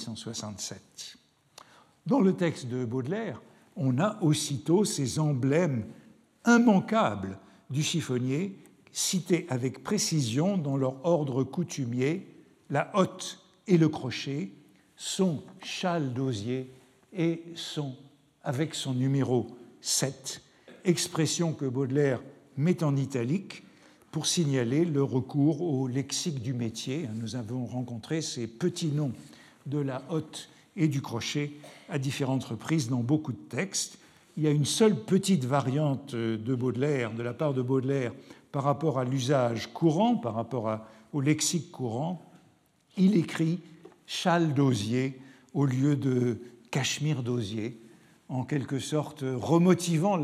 1867. Dans le texte de Baudelaire, on a aussitôt ces emblèmes immanquables du chiffonnier, cités avec précision dans leur ordre coutumier, la hotte et le crochet, son châle d'osier et avec son numéro 7, expression que Baudelaire met en italique pour signaler le recours au lexique du métier. Nous avons rencontré ces petits noms de la hotte et du crochet à différentes reprises dans beaucoup de textes. Il y a une seule petite variante de Baudelaire, de la part de Baudelaire, par rapport à l'usage courant, par rapport au lexique courant. Il écrit châle d'osier au lieu de cachemire d'osier, en quelque sorte remotivant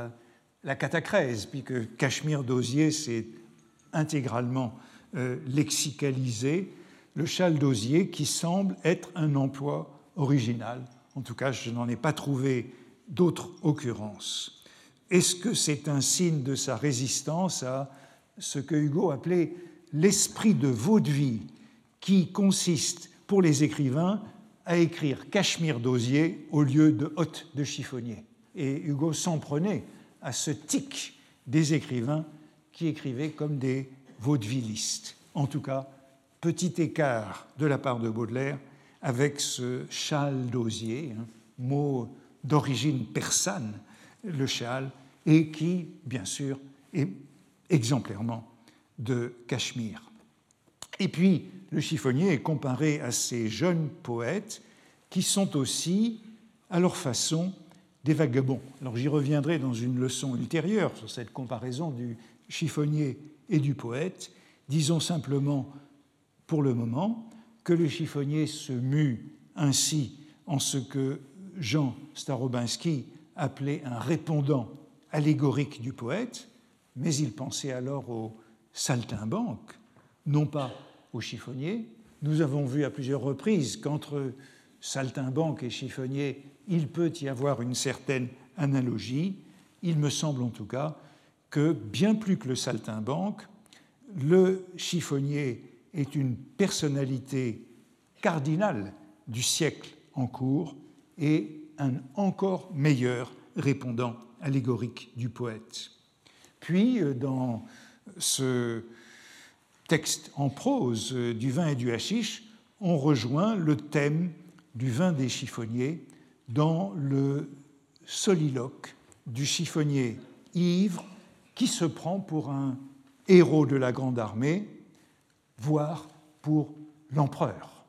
la catachrèse, puisque cachemire d'osier, c'est intégralement lexicalisé, le châle d'osier qui semble être un emploi original. En tout cas, je n'en ai pas trouvé d'autres occurrences. Est-ce que c'est un signe de sa résistance à ce que Hugo appelait l'esprit de vaudeville, qui consiste pour les écrivains à écrire cachemire d'osier au lieu de hotte de chiffonnier? Et Hugo s'en prenait à ce tic des écrivains qui écrivaient comme des vaudevillistes. En tout cas, petit écart de la part de Baudelaire avec ce châle d'osier, mot d'origine persane, le châle, et qui, bien sûr, est exemplairement de Cachemire. Et puis, le chiffonnier est comparé à ces jeunes poètes qui sont aussi, à leur façon, des vagabonds. Alors j'y reviendrai dans une leçon ultérieure sur cette comparaison du chiffonnier et du poète. Disons simplement, pour le moment, que le chiffonnier se mue ainsi en ce que Jean Starobinski appelait un répondant allégorique du poète, mais il pensait alors au saltimbanque, non pas au chiffonnier. Nous avons vu à plusieurs reprises qu'entre saltimbanque et chiffonnier, il peut y avoir une certaine analogie. Il me semble en tout cas que, bien plus que le saltimbanque, le chiffonnier est une personnalité cardinale du siècle en cours et un encore meilleur répondant allégorique du poète. Puis, dans ce texte en prose du vin et du hashish, on rejoint le thème du vin des chiffonniers dans le soliloque du chiffonnier ivre qui se prend pour un héros de la grande armée, voire pour l'empereur.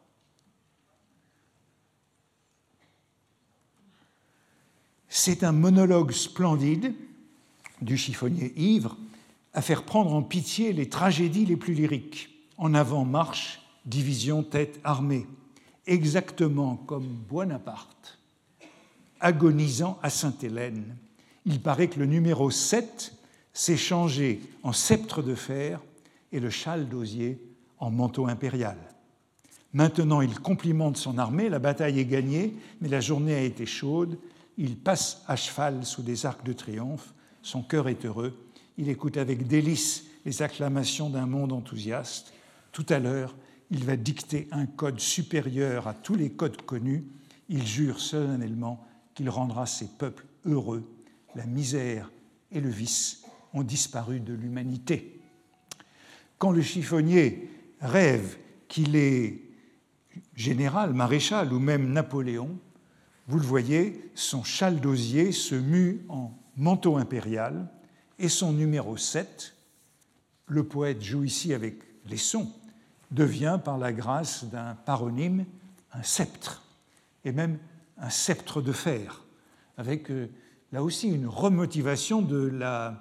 C'est un monologue splendide du chiffonnier ivre à faire prendre en pitié les tragédies les plus lyriques. En avant marche, division tête armée, exactement comme Buonaparte, agonisant à Sainte-Hélène. Il paraît que le numéro 7 s'est changé en sceptre de fer et le châle d'osier en manteau impérial. Maintenant, il complimente son armée, la bataille est gagnée, mais la journée a été chaude. Il passe à cheval sous des arcs de triomphe, son cœur est heureux, il écoute avec délice les acclamations d'un monde enthousiaste. Tout à l'heure, il va dicter un code supérieur à tous les codes connus. Il jure solennellement qu'il rendra ses peuples heureux. La misère et le vice ont disparu de l'humanité. Quand le chiffonnier rêve qu'il est général, maréchal ou même Napoléon, vous le voyez, son châle d'osier se mue en manteau impérial et son numéro 7, le poète joue ici avec les sons, devient par la grâce d'un paronyme un sceptre, et même un sceptre de fer, avec là aussi une remotivation de la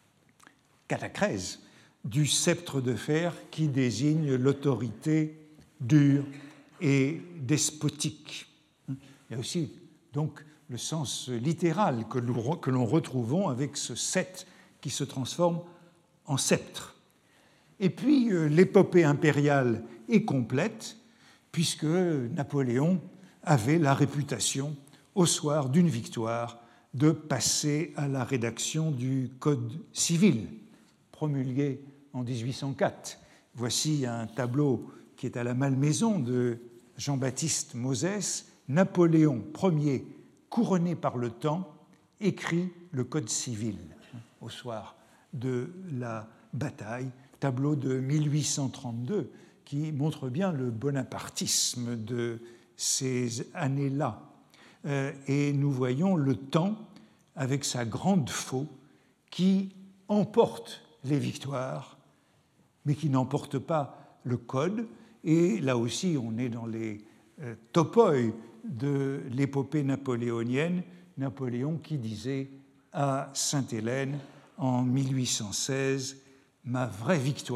catachèse du sceptre de fer qui désigne l'autorité dure et despotique. Il y a aussi donc le sens littéral que l'on retrouvons avec ce sept qui se transforme en sceptre. Et puis l'épopée impériale est complète puisque Napoléon avait la réputation, au soir d'une victoire, de passer à la rédaction du Code civil, promulgué en 1804. Voici un tableau qui est à la Malmaison de Jean-Baptiste Moses. Napoléon Ier, couronné par le temps, écrit le Code civil au soir de la bataille, tableau de 1832 qui montre bien le bonapartisme de ces années-là. Et nous voyons le temps, avec sa grande faux, qui emporte les victoires, mais qui n'emporte pas le code. Et là aussi, on est dans les topoi de l'épopée napoléonienne, Napoléon qui disait à Sainte-Hélène en 1816 « Ma vraie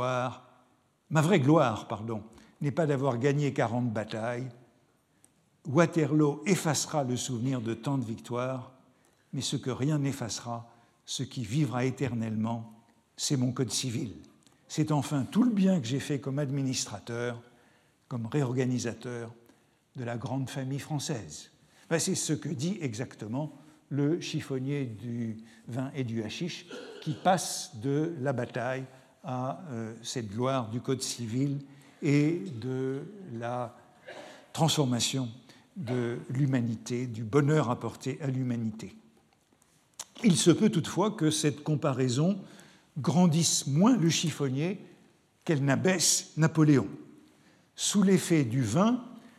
gloire, n'est pas d'avoir gagné 40 batailles. Waterloo effacera le souvenir de tant de victoires, mais ce que rien n'effacera, ce qui vivra éternellement, c'est mon code civil. C'est enfin tout le bien que j'ai fait comme administrateur, comme réorganisateur de la grande famille française. » C'est ce que dit exactement le chiffonnier du vin et du hashish qui passe de la bataille à cette gloire du code civil et de la transformation de l'humanité, du bonheur apporté à l'humanité. Il se peut toutefois que cette comparaison grandisse moins le chiffonnier qu'elle n'abaisse Napoléon. Sous l'effet du vin,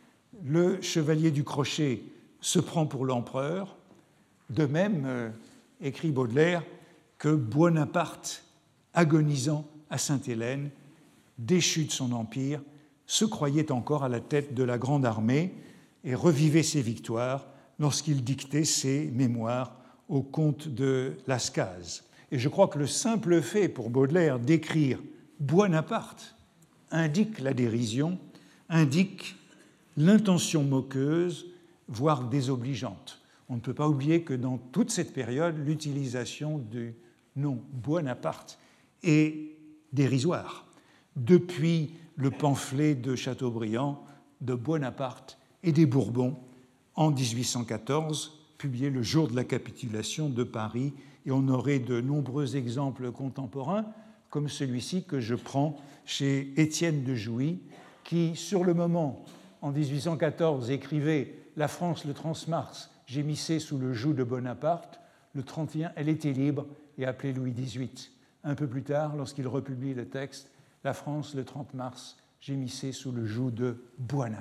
le chevalier du crochet se prend pour l'empereur. De même, écrit Baudelaire, que Buonaparte, agonisant à Sainte-Hélène, déchu de son empire, se croyait encore à la tête de la grande armée et revivait ses victoires lorsqu'il dictait ses mémoires au comte de Lascaz. Et je crois que le simple fait pour Baudelaire d'écrire Buonaparte indique la dérision, indique l'intention moqueuse, voire désobligeante. On ne peut pas oublier que dans toute cette période, l'utilisation du nom Buonaparte est dérisoire. Depuis le pamphlet de Chateaubriand de Buonaparte et des Bourbons en 1814, publié le jour de la capitulation de Paris, et on aurait de nombreux exemples contemporains, comme celui-ci que je prends chez Étienne de Jouy, qui, sur le moment, en 1814, écrivait « La France, le 30 mars, gémissait sous le joug de Bonaparte. Le 31, elle était libre et appelait Louis XVIII. » Un peu plus tard, lorsqu'il republie le texte, « La France, le 30 mars, gémissait sous le joug de Buonaparte. »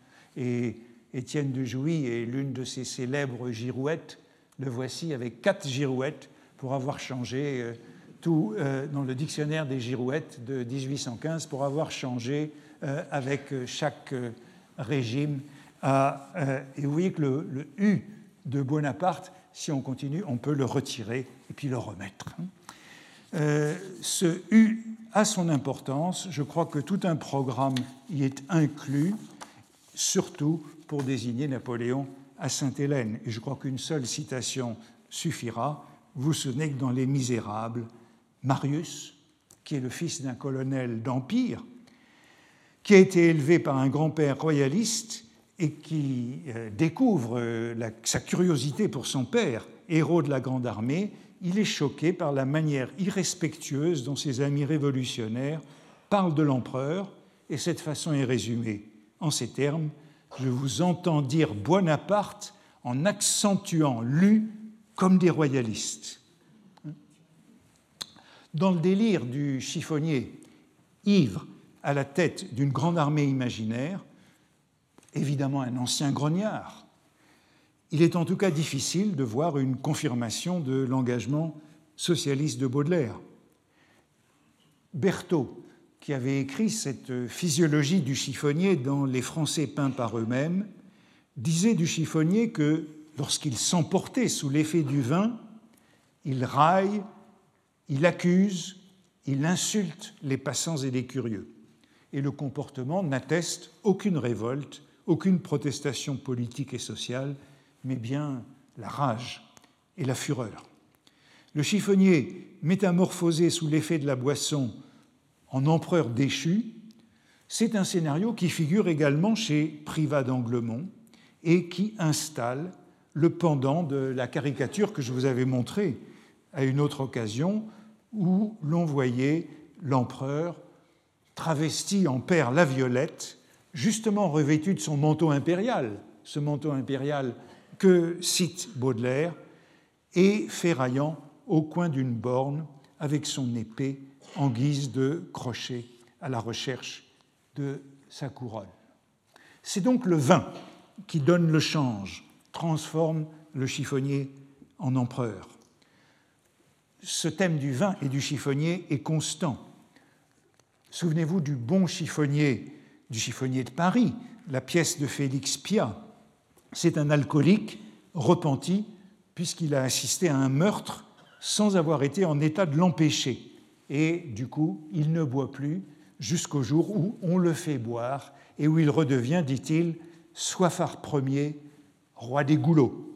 Et Étienne de Jouy est l'une de ces célèbres girouettes. Le voici avec 4 girouettes pour avoir changé tout dans le dictionnaire des girouettes de 1815, pour avoir changé avec chaque régime. Et vous voyez que le U de Bonaparte, si on continue, on peut le retirer et puis le remettre. Ce U a son importance. Je crois que tout un programme y est inclus, surtout pour désigner Napoléon à Sainte-Hélène. Et je crois qu'une seule citation suffira. Vous vous souvenez que dans Les Misérables, Marius, qui est le fils d'un colonel d'Empire, qui a été élevé par un grand-père royaliste et qui découvre sa curiosité pour son père, héros de la Grande Armée, il est choqué par la manière irrespectueuse dont ses amis révolutionnaires parlent de l'empereur, et cette façon est résumée en ces termes: « Je vous entends dire Bonaparte en accentuant l'U comme des royalistes. » Dans le délire du chiffonnier, ivre à la tête d'une grande armée imaginaire, évidemment un ancien grognard, il est en tout cas difficile de voir une confirmation de l'engagement socialiste de Baudelaire. Berthaud, qui avait écrit cette physiologie du chiffonnier dans Les Français peints par eux-mêmes, disait du chiffonnier que lorsqu'il s'emportait sous l'effet du vin, il raille, il accuse, il insulte les passants et les curieux. Et le comportement n'atteste aucune révolte, aucune protestation politique et sociale, mais bien la rage et la fureur. Le chiffonnier, métamorphosé sous l'effet de la boisson en empereur déchu, c'est un scénario qui figure également chez Privat d'Anglemont et qui installe le pendant de la caricature que je vous avais montrée à une autre occasion, où l'on voyait l'empereur travesti en Père la Violette, justement revêtu de son manteau impérial, ce manteau impérial que cite Baudelaire, et ferraillant au coin d'une borne avec son épée en guise de crochet à la recherche de sa couronne. C'est donc le vin qui donne le change, transforme le chiffonnier en empereur. Ce thème du vin et du chiffonnier est constant. Souvenez-vous du bon chiffonnier, du chiffonnier de Paris, la pièce de Félix Pyat. C'est un alcoolique repenti puisqu'il a assisté à un meurtre sans avoir été en état de l'empêcher. Et du coup, il ne boit plus jusqu'au jour où on le fait boire et où il redevient, dit-il, Soifard Ier, roi des goulots.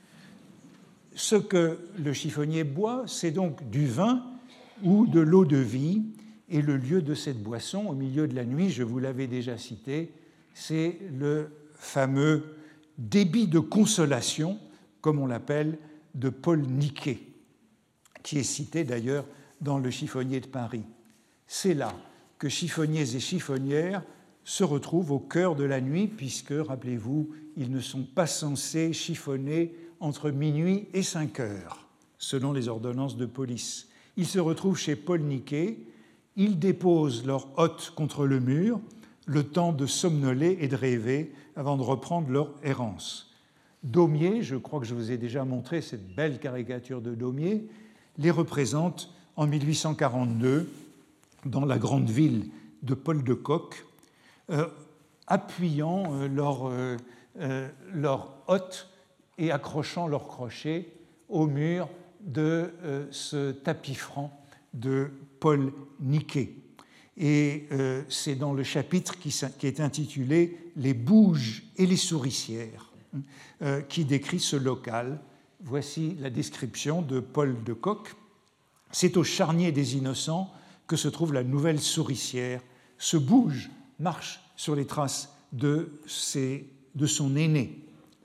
Ce que le chiffonnier boit, c'est donc du vin ou de l'eau de vie, et le lieu de cette boisson, au milieu de la nuit, je vous l'avais déjà cité, c'est le fameux débit de consolation, comme on l'appelle, de Paul Niquet, qui est cité d'ailleurs dans Le chiffonnier de Paris. C'est là que chiffonniers et chiffonnières se retrouvent au cœur de la nuit, puisque, rappelez-vous, ils ne sont pas censés chiffonner entre minuit et 5 heures, selon les ordonnances de police. Ils se retrouvent chez Paul Niquet, ils déposent leur hotte contre le mur, le temps de somnoler et de rêver avant de reprendre leur errance. Daumier, je crois que je vous ai déjà montré cette belle caricature de Daumier, les représente en 1842 dans la grande ville de Paul de Kock, appuyant leur hotte et accrochant leur crochet au mur de ce tapis franc de Paul Niquet. Et c'est dans le chapitre qui est intitulé « Les bouges et les souricières » qui décrit ce local. Voici la description de Paul de Kock. C'est au charnier des Innocents que se trouve la nouvelle souricière. Ce bouge marche sur les traces de son aîné.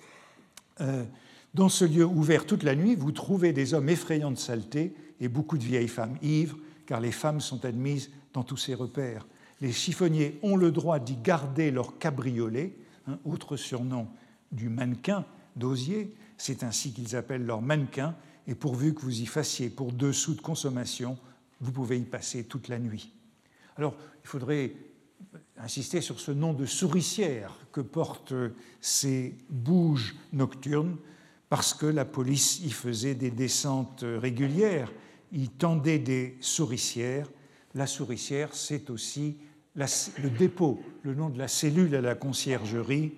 Dans ce lieu ouvert toute la nuit, vous trouvez des hommes effrayants de saleté et beaucoup de vieilles femmes ivres, car les femmes sont admises dans tous ces repères. Les chiffonniers ont le droit d'y garder leur cabriolet, autre surnom du mannequin d'osier, c'est ainsi qu'ils appellent leur mannequin, et pourvu que vous y fassiez pour 2 sous de consommation, vous pouvez y passer toute la nuit. Alors, il faudrait insister sur ce nom de souricière que portent ces bouges nocturnes, parce que la police y faisait des descentes régulières, y tendait des souricières. La souricière, c'est aussi le dépôt, le nom de la cellule à la conciergerie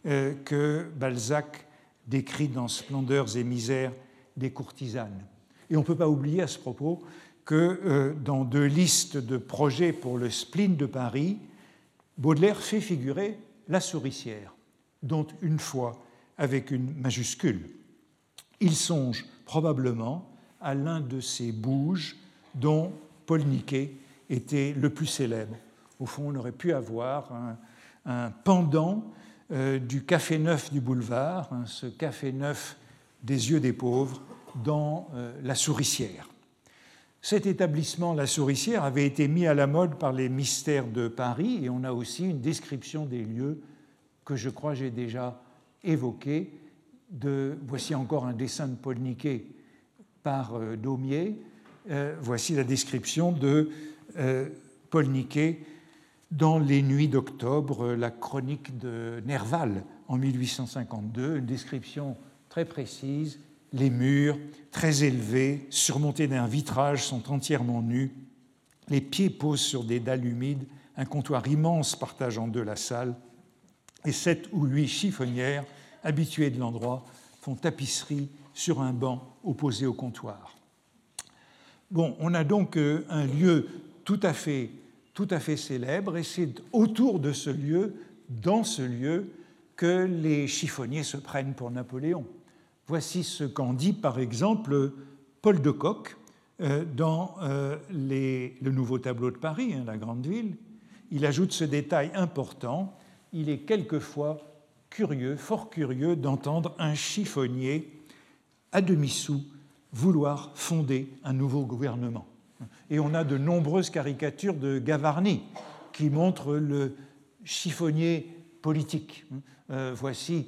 que Balzac décrit dans Splendeurs et misères des courtisanes. Et on ne peut pas oublier à ce propos que dans 2 listes de projets pour le spleen de Paris, Baudelaire fait figurer la souricière, dont une fois avec une majuscule. Il songe probablement à l'un de ces bouges dont Paul Niquet était le plus célèbre. Au fond, on aurait pu avoir un pendant du Café Neuf du boulevard, ce Café Neuf des yeux des pauvres, dans la souricière. Cet établissement, la souricière, avait été mis à la mode par les mystères de Paris, et on a aussi une description des lieux que je crois j'ai déjà évoqué. Voici encore un dessin de Paul Niquet par Daumier. Voici la description de Paul Niquet dans Les Nuits d'octobre, la chronique de Nerval en 1852, une description très précise. Les murs, très élevés, surmontés d'un vitrage, sont entièrement nus. Les pieds posent sur des dalles humides, un comptoir immense partage en 2 la salle, et 7 ou 8 chiffonnières, habituées de l'endroit, font tapisserie sur un banc opposé au comptoir. Bon, on a donc un lieu tout à fait célèbre, et c'est autour de ce lieu, dans ce lieu, que les chiffonniers se prennent pour Napoléon. Voici ce qu'en dit par exemple Paul de Kock dans le Nouveau Tableau de Paris, la grande ville. Il ajoute ce détail important: il est quelquefois curieux, fort curieux, d'entendre un chiffonnier à demi-sou vouloir fonder un nouveau gouvernement. Et on a de nombreuses caricatures de Gavarni qui montrent le chiffonnier politique. Voici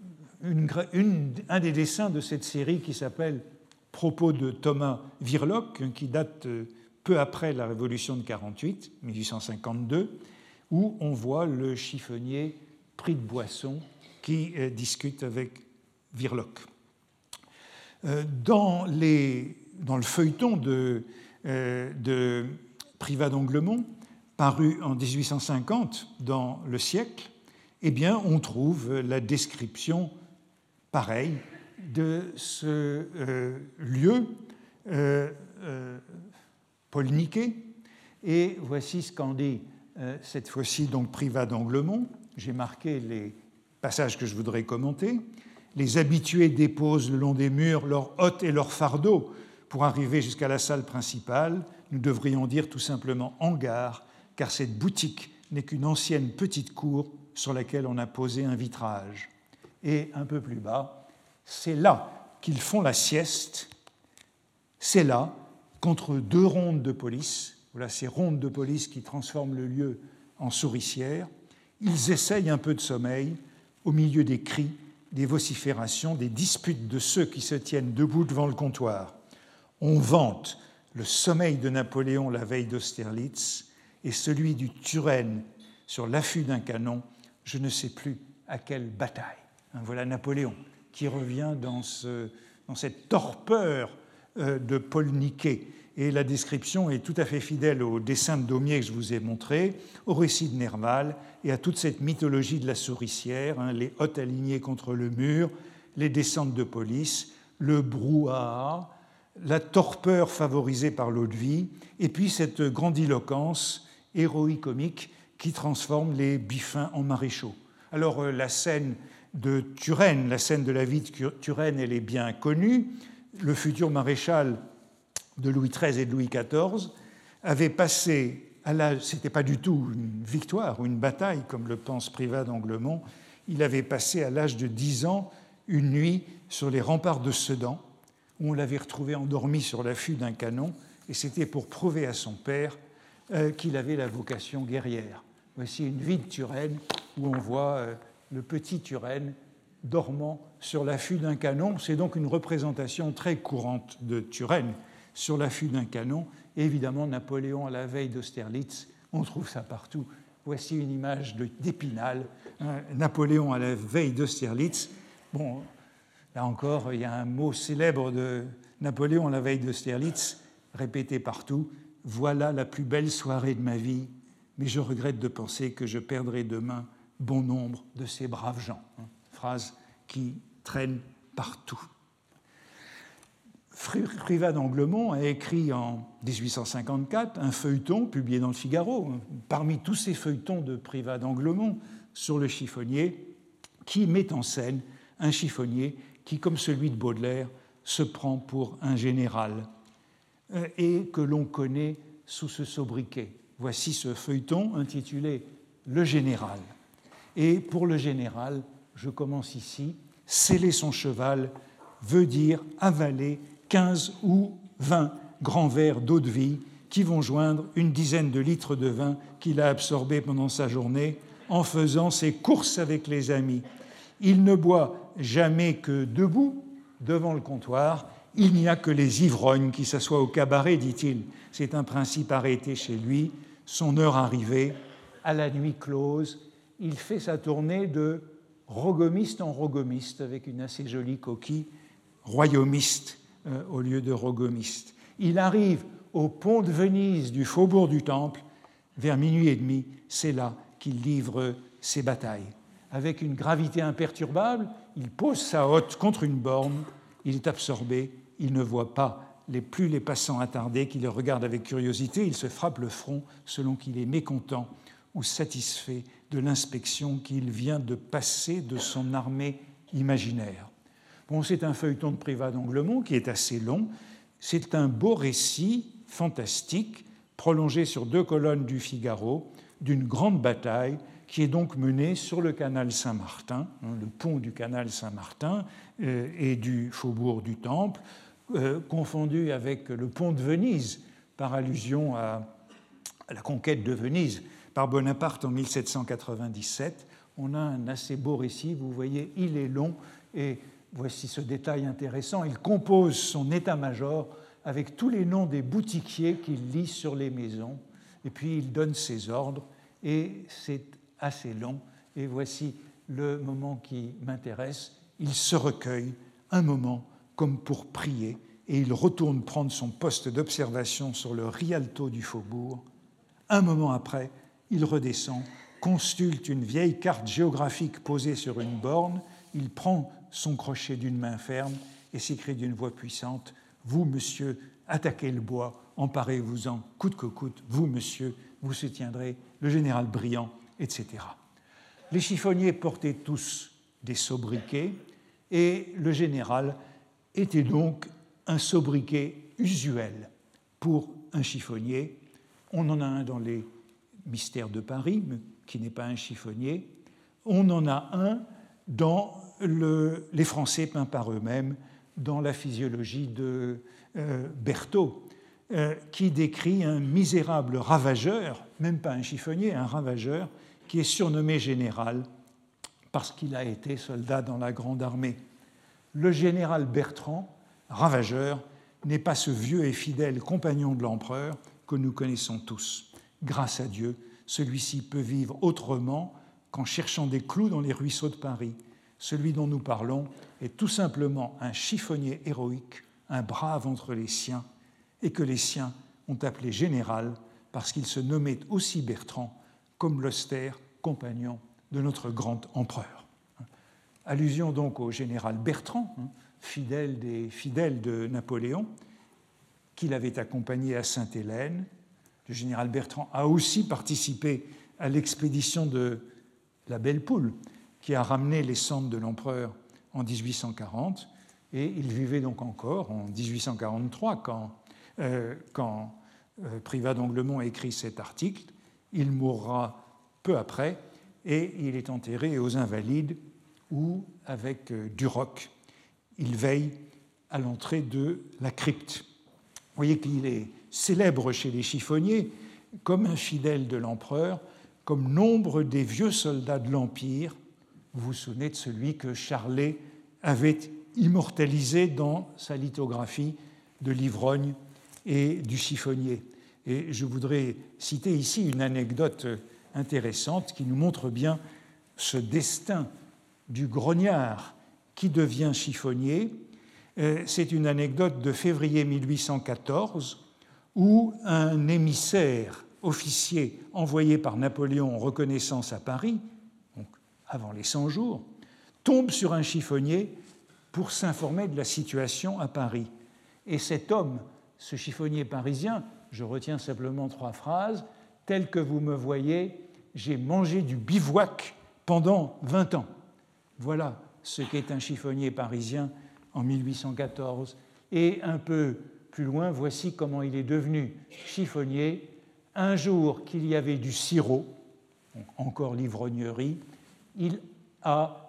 un des dessins de cette série qui s'appelle Propos de Thomas Virlock, qui date peu après la Révolution de 48, 1852, où on voit le chiffonnier pris de boisson qui discute avec Virlock. Dans le feuilleton de Privat d'Anglemont, paru en 1850 dans Le Siècle, eh bien, on trouve la description pareille de ce lieu polniqué. Et voici ce qu'en dit cette fois-ci donc Privat d'Anglemont. J'ai marqué les passages que je voudrais commenter. Les habitués déposent le long des murs leurs hottes et leurs fardeaux pour arriver jusqu'à la salle principale. Nous devrions dire tout simplement hangar, car cette boutique n'est qu'une ancienne petite cour sur laquelle on a posé un vitrage. Et un peu plus bas, c'est là qu'ils font la sieste, c'est là, contre deux rondes de police, voilà ces rondes de police qui transforment le lieu en souricière, ils essayent un peu de sommeil au milieu des cris, des vociférations, des disputes de ceux qui se tiennent debout devant le comptoir. On vante le sommeil de Napoléon la veille d'Austerlitz et celui du Turenne sur l'affût d'un canon, je ne sais plus à quelle bataille. Voilà Napoléon qui revient dans cette torpeur de Paul Niquet. Et la description est tout à fait fidèle au dessin de Daumier que je vous ai montré, au récit de Nerval et à toute cette mythologie de la souricière, les hottes alignées contre le mur, les descentes de police, le brouhaha, la torpeur favorisée par l'eau-de-vie, et puis cette grandiloquence héroïque-comique qui transforme les biffins en maréchaux. Alors la scène de Turenne, la scène de la vie de Turenne, elle est bien connue. Le futur maréchal de Louis XIII et de Louis XIV avait passé à l'âge, c'était pas du tout une victoire ou une bataille comme le pense Privat d'Anglemont, il avait passé à l'âge de 10 ans une nuit sur les remparts de Sedan où on l'avait retrouvé endormi sur l'affût d'un canon, et c'était pour prouver à son père qu'il avait la vocation guerrière. Voici une vie de Turenne où on voit le petit Turenne dormant sur l'affût d'un canon. C'est donc une représentation très courante de Turenne sur l'affût d'un canon. Et évidemment, Napoléon à la veille d'Austerlitz, on trouve ça partout. Voici une image d'Épinal, Napoléon à la veille d'Austerlitz. Bon, là encore, il y a un mot célèbre de Napoléon à la veille d'Austerlitz, répété partout. « Voilà la plus belle soirée de ma vie, mais je regrette de penser que je perdrai demain bon nombre de ces braves gens. » Phrase qui traîne partout. Privat d'Anglemont a écrit en 1854 un feuilleton publié dans le Figaro, parmi tous ces feuilletons de Privat d'Anglemont sur le chiffonnier, qui met en scène un chiffonnier qui, comme celui de Baudelaire, se prend pour un général et que l'on connaît sous ce sobriquet. Voici ce feuilleton intitulé « Le général ». Et pour le général, je commence ici, sceller son cheval veut dire avaler 15 ou 20 grands verres d'eau-de-vie qui vont joindre une dizaine de litres de vin qu'il a absorbé pendant sa journée en faisant ses courses avec les amis. Il ne boit jamais que debout devant le comptoir. Il n'y a que les ivrognes qui s'assoient au cabaret, dit-il. C'est un principe arrêté chez lui. Son heure arrivée, à la nuit close, il fait sa tournée de rogomiste en rogomiste, avec une assez jolie coquille, royomiste au lieu de rogomiste. Il arrive au pont de Venise du faubourg du Temple, vers minuit et demi, c'est là qu'il livre ses batailles. avec une gravité imperturbable, il pose sa hotte contre une borne, il est absorbé, il ne voit pas plus les passants attardés qui le regardent avec curiosité, il se frappe le front selon qu'il est mécontent ou satisfait de l'inspection qu'il vient de passer de son armée imaginaire. Bon, c'est un feuilleton de Privat d'Anglemont qui est assez long. C'est un beau récit fantastique, prolongé sur 2 colonnes du Figaro, d'une grande bataille qui est donc menée sur le canal Saint-Martin, le pont du canal Saint-Martin et du faubourg du Temple, confondu avec le pont de Venise, par allusion à la conquête de Venise par Bonaparte en 1797. On a un assez beau récit, vous voyez, il est long, et voici ce détail intéressant, il compose son état-major avec tous les noms des boutiquiers qu'il lit sur les maisons, et puis il donne ses ordres, et c'est assez long, et voici le moment qui m'intéresse, il se recueille un moment comme pour prier, et il retourne prendre son poste d'observation sur le Rialto du faubourg. Un moment après, il redescend, consulte une vieille carte géographique posée sur une borne, il prend son crochet d'une main ferme et s'écrie d'une voix puissante « Vous, monsieur, attaquez le bois, emparez-vous-en coûte que coûte, vous, monsieur, vous soutiendrez le général Briand, etc. » Les chiffonniers portaient tous des sobriquets et le général était donc un sobriquet usuel pour un chiffonnier. On en a un dans les Mystères de Paris, mais qui n'est pas un chiffonnier. On en a un dans les Français peints par eux-mêmes, dans la physiologie de Berthaud, qui décrit un misérable ravageur, même pas un chiffonnier, un ravageur, qui est surnommé général parce qu'il a été soldat dans la Grande Armée. Le général Bertrand, ravageur, n'est pas ce vieux et fidèle compagnon de l'empereur que nous connaissons tous. Grâce à Dieu, celui-ci peut vivre autrement qu'en cherchant des clous dans les ruisseaux de Paris. Celui dont nous parlons est tout simplement un chiffonnier héroïque, un brave entre les siens, et que les siens ont appelé général parce qu'il se nommait aussi Bertrand comme l'austère compagnon de notre grand empereur. Allusion donc au général Bertrand, fidèle des fidèles de Napoléon, qu'il avait accompagné à Sainte-Hélène. Le général Bertrand a aussi participé à l'expédition de la Belle Poule, qui a ramené les cendres de l'empereur en 1840, et il vivait donc encore en 1843 quand Privat d'Anglemont écrit cet article. Il mourra peu après et il est enterré aux Invalides où, avec Duroc, il veille à l'entrée de la crypte. Vous voyez qu'il est célèbre chez les chiffonniers comme un fidèle de l'empereur, comme nombre des vieux soldats de l'Empire. Vous vous souvenez de celui que Charlet avait immortalisé dans sa lithographie de l'ivrogne et du chiffonnier. Et je voudrais citer ici une anecdote intéressante qui nous montre bien ce destin du grognard qui devient chiffonnier. C'est une anecdote de février 1814 où un émissaire officier envoyé par Napoléon en reconnaissance à Paris, donc avant les 100 jours, tombe sur un chiffonnier pour s'informer de la situation à Paris. Et cet homme, ce chiffonnier parisien, je retiens simplement 3 phrases, « Tel que vous me voyez, j'ai mangé du bivouac pendant 20 ans. » Voilà ce qu'est un chiffonnier parisien en 1814. Et un peu plus loin, voici comment il est devenu chiffonnier. Un jour qu'il y avait du sirop, encore l'ivrognerie, il a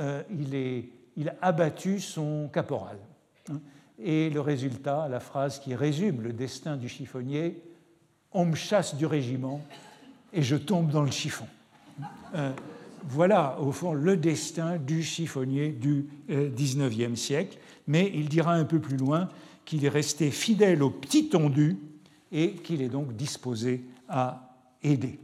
abattu son caporal. Et le résultat, la phrase qui résume le destin du chiffonnier, « On me chasse du régiment et je tombe dans le chiffon ». Voilà, au fond, le destin du chiffonnier du XIXe siècle. Mais il dira un peu plus loin qu'il est resté fidèle au petit tondu et qu'il est donc disposé à aider.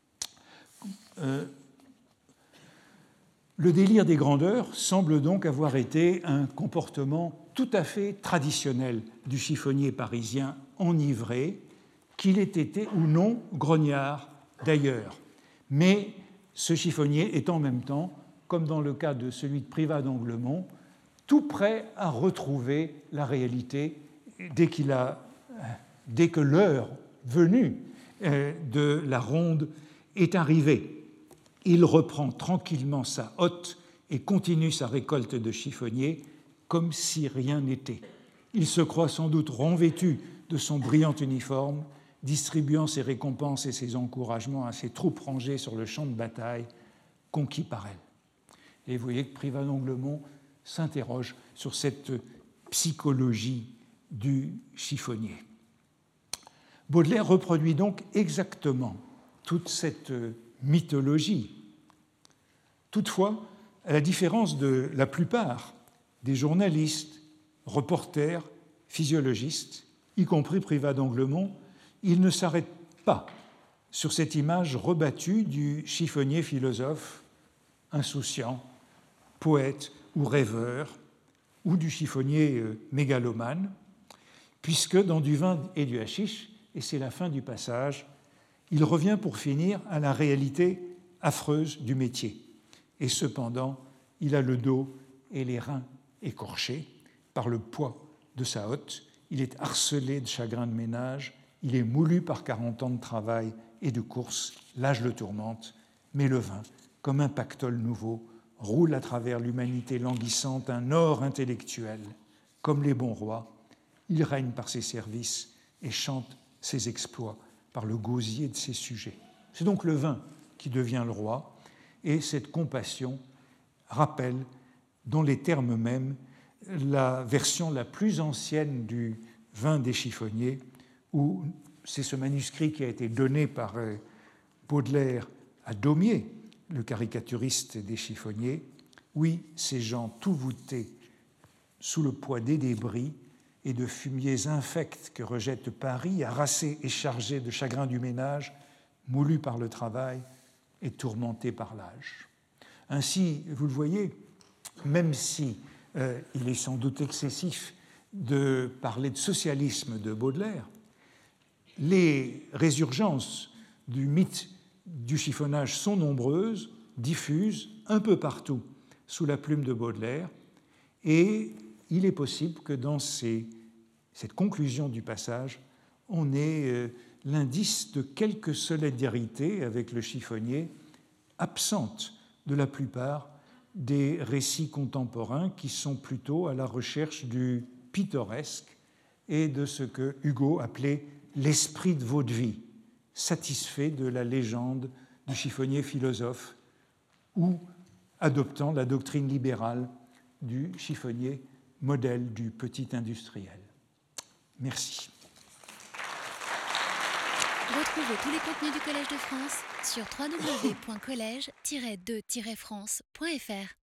Le délire des grandeurs semble donc avoir été un comportement tout à fait traditionnel du chiffonnier parisien enivré, qu'il ait été ou non grognard d'ailleurs. Mais ce chiffonnier est en même temps comme dans le cas de celui de Privat d'Anglemont, tout prêt à retrouver la réalité dès que l'heure venue de la ronde est arrivée. Il reprend tranquillement sa hotte et continue sa récolte de chiffonniers comme si rien n'était. Il se croit sans doute revêtu de son brillant uniforme, distribuant ses récompenses et ses encouragements à ses troupes rangées sur le champ de bataille, conquis par elle. Et vous voyez que Privat d'Anglemont s'interroge sur cette psychologie du chiffonnier. Baudelaire reproduit donc exactement toute cette mythologie. Toutefois, à la différence de la plupart des journalistes, reporters, physiologistes, y compris Privat d'Anglemont, il ne s'arrête pas sur cette image rebattue du chiffonnier philosophe, insouciant, poète ou rêveur, ou du chiffonnier mégalomane, puisque dans Du vin et du hashish, et c'est la fin du passage, il revient pour finir à la réalité affreuse du métier. Et cependant, il a le dos et les reins écorchés par le poids de sa hotte, il est harcelé de chagrin de ménage, il est moulu par 40 ans de travail et de course, l'âge le tourmente, mais le vin, comme un pactole nouveau, roule à travers l'humanité languissante un or intellectuel. Comme les bons rois, il règne par ses services et chante ses exploits par le gosier de ses sujets. C'est donc le vin qui devient le roi, et cette compassion rappelle, dans les termes mêmes, la version la plus ancienne du vin des chiffonniers, où c'est ce manuscrit qui a été donné par Baudelaire à Daumier, le caricaturiste des chiffonniers. Oui, ces gens tout voûtés sous le poids des débris et de fumiers infects que rejette Paris, harassés et chargés de chagrin du ménage, moulus par le travail et tourmentés par l'âge. Ainsi, vous le voyez, même si il est sans doute excessif de parler de socialisme de Baudelaire, les résurgences du mythe du chiffonnage sont nombreuses, diffuses un peu partout sous la plume de Baudelaire, et il est possible que dans cette conclusion du passage, on ait l'indice de quelque solidarité avec le chiffonnier, absente de la plupart des récits contemporains qui sont plutôt à la recherche du pittoresque et de ce que Hugo appelait l'esprit de vaudeville, satisfait de la légende du chiffonnier philosophe ou adoptant la doctrine libérale du chiffonnier modèle du petit industriel. Merci. Retrouvez tous les contenus du Collège de France sur www.collège-2-france.fr.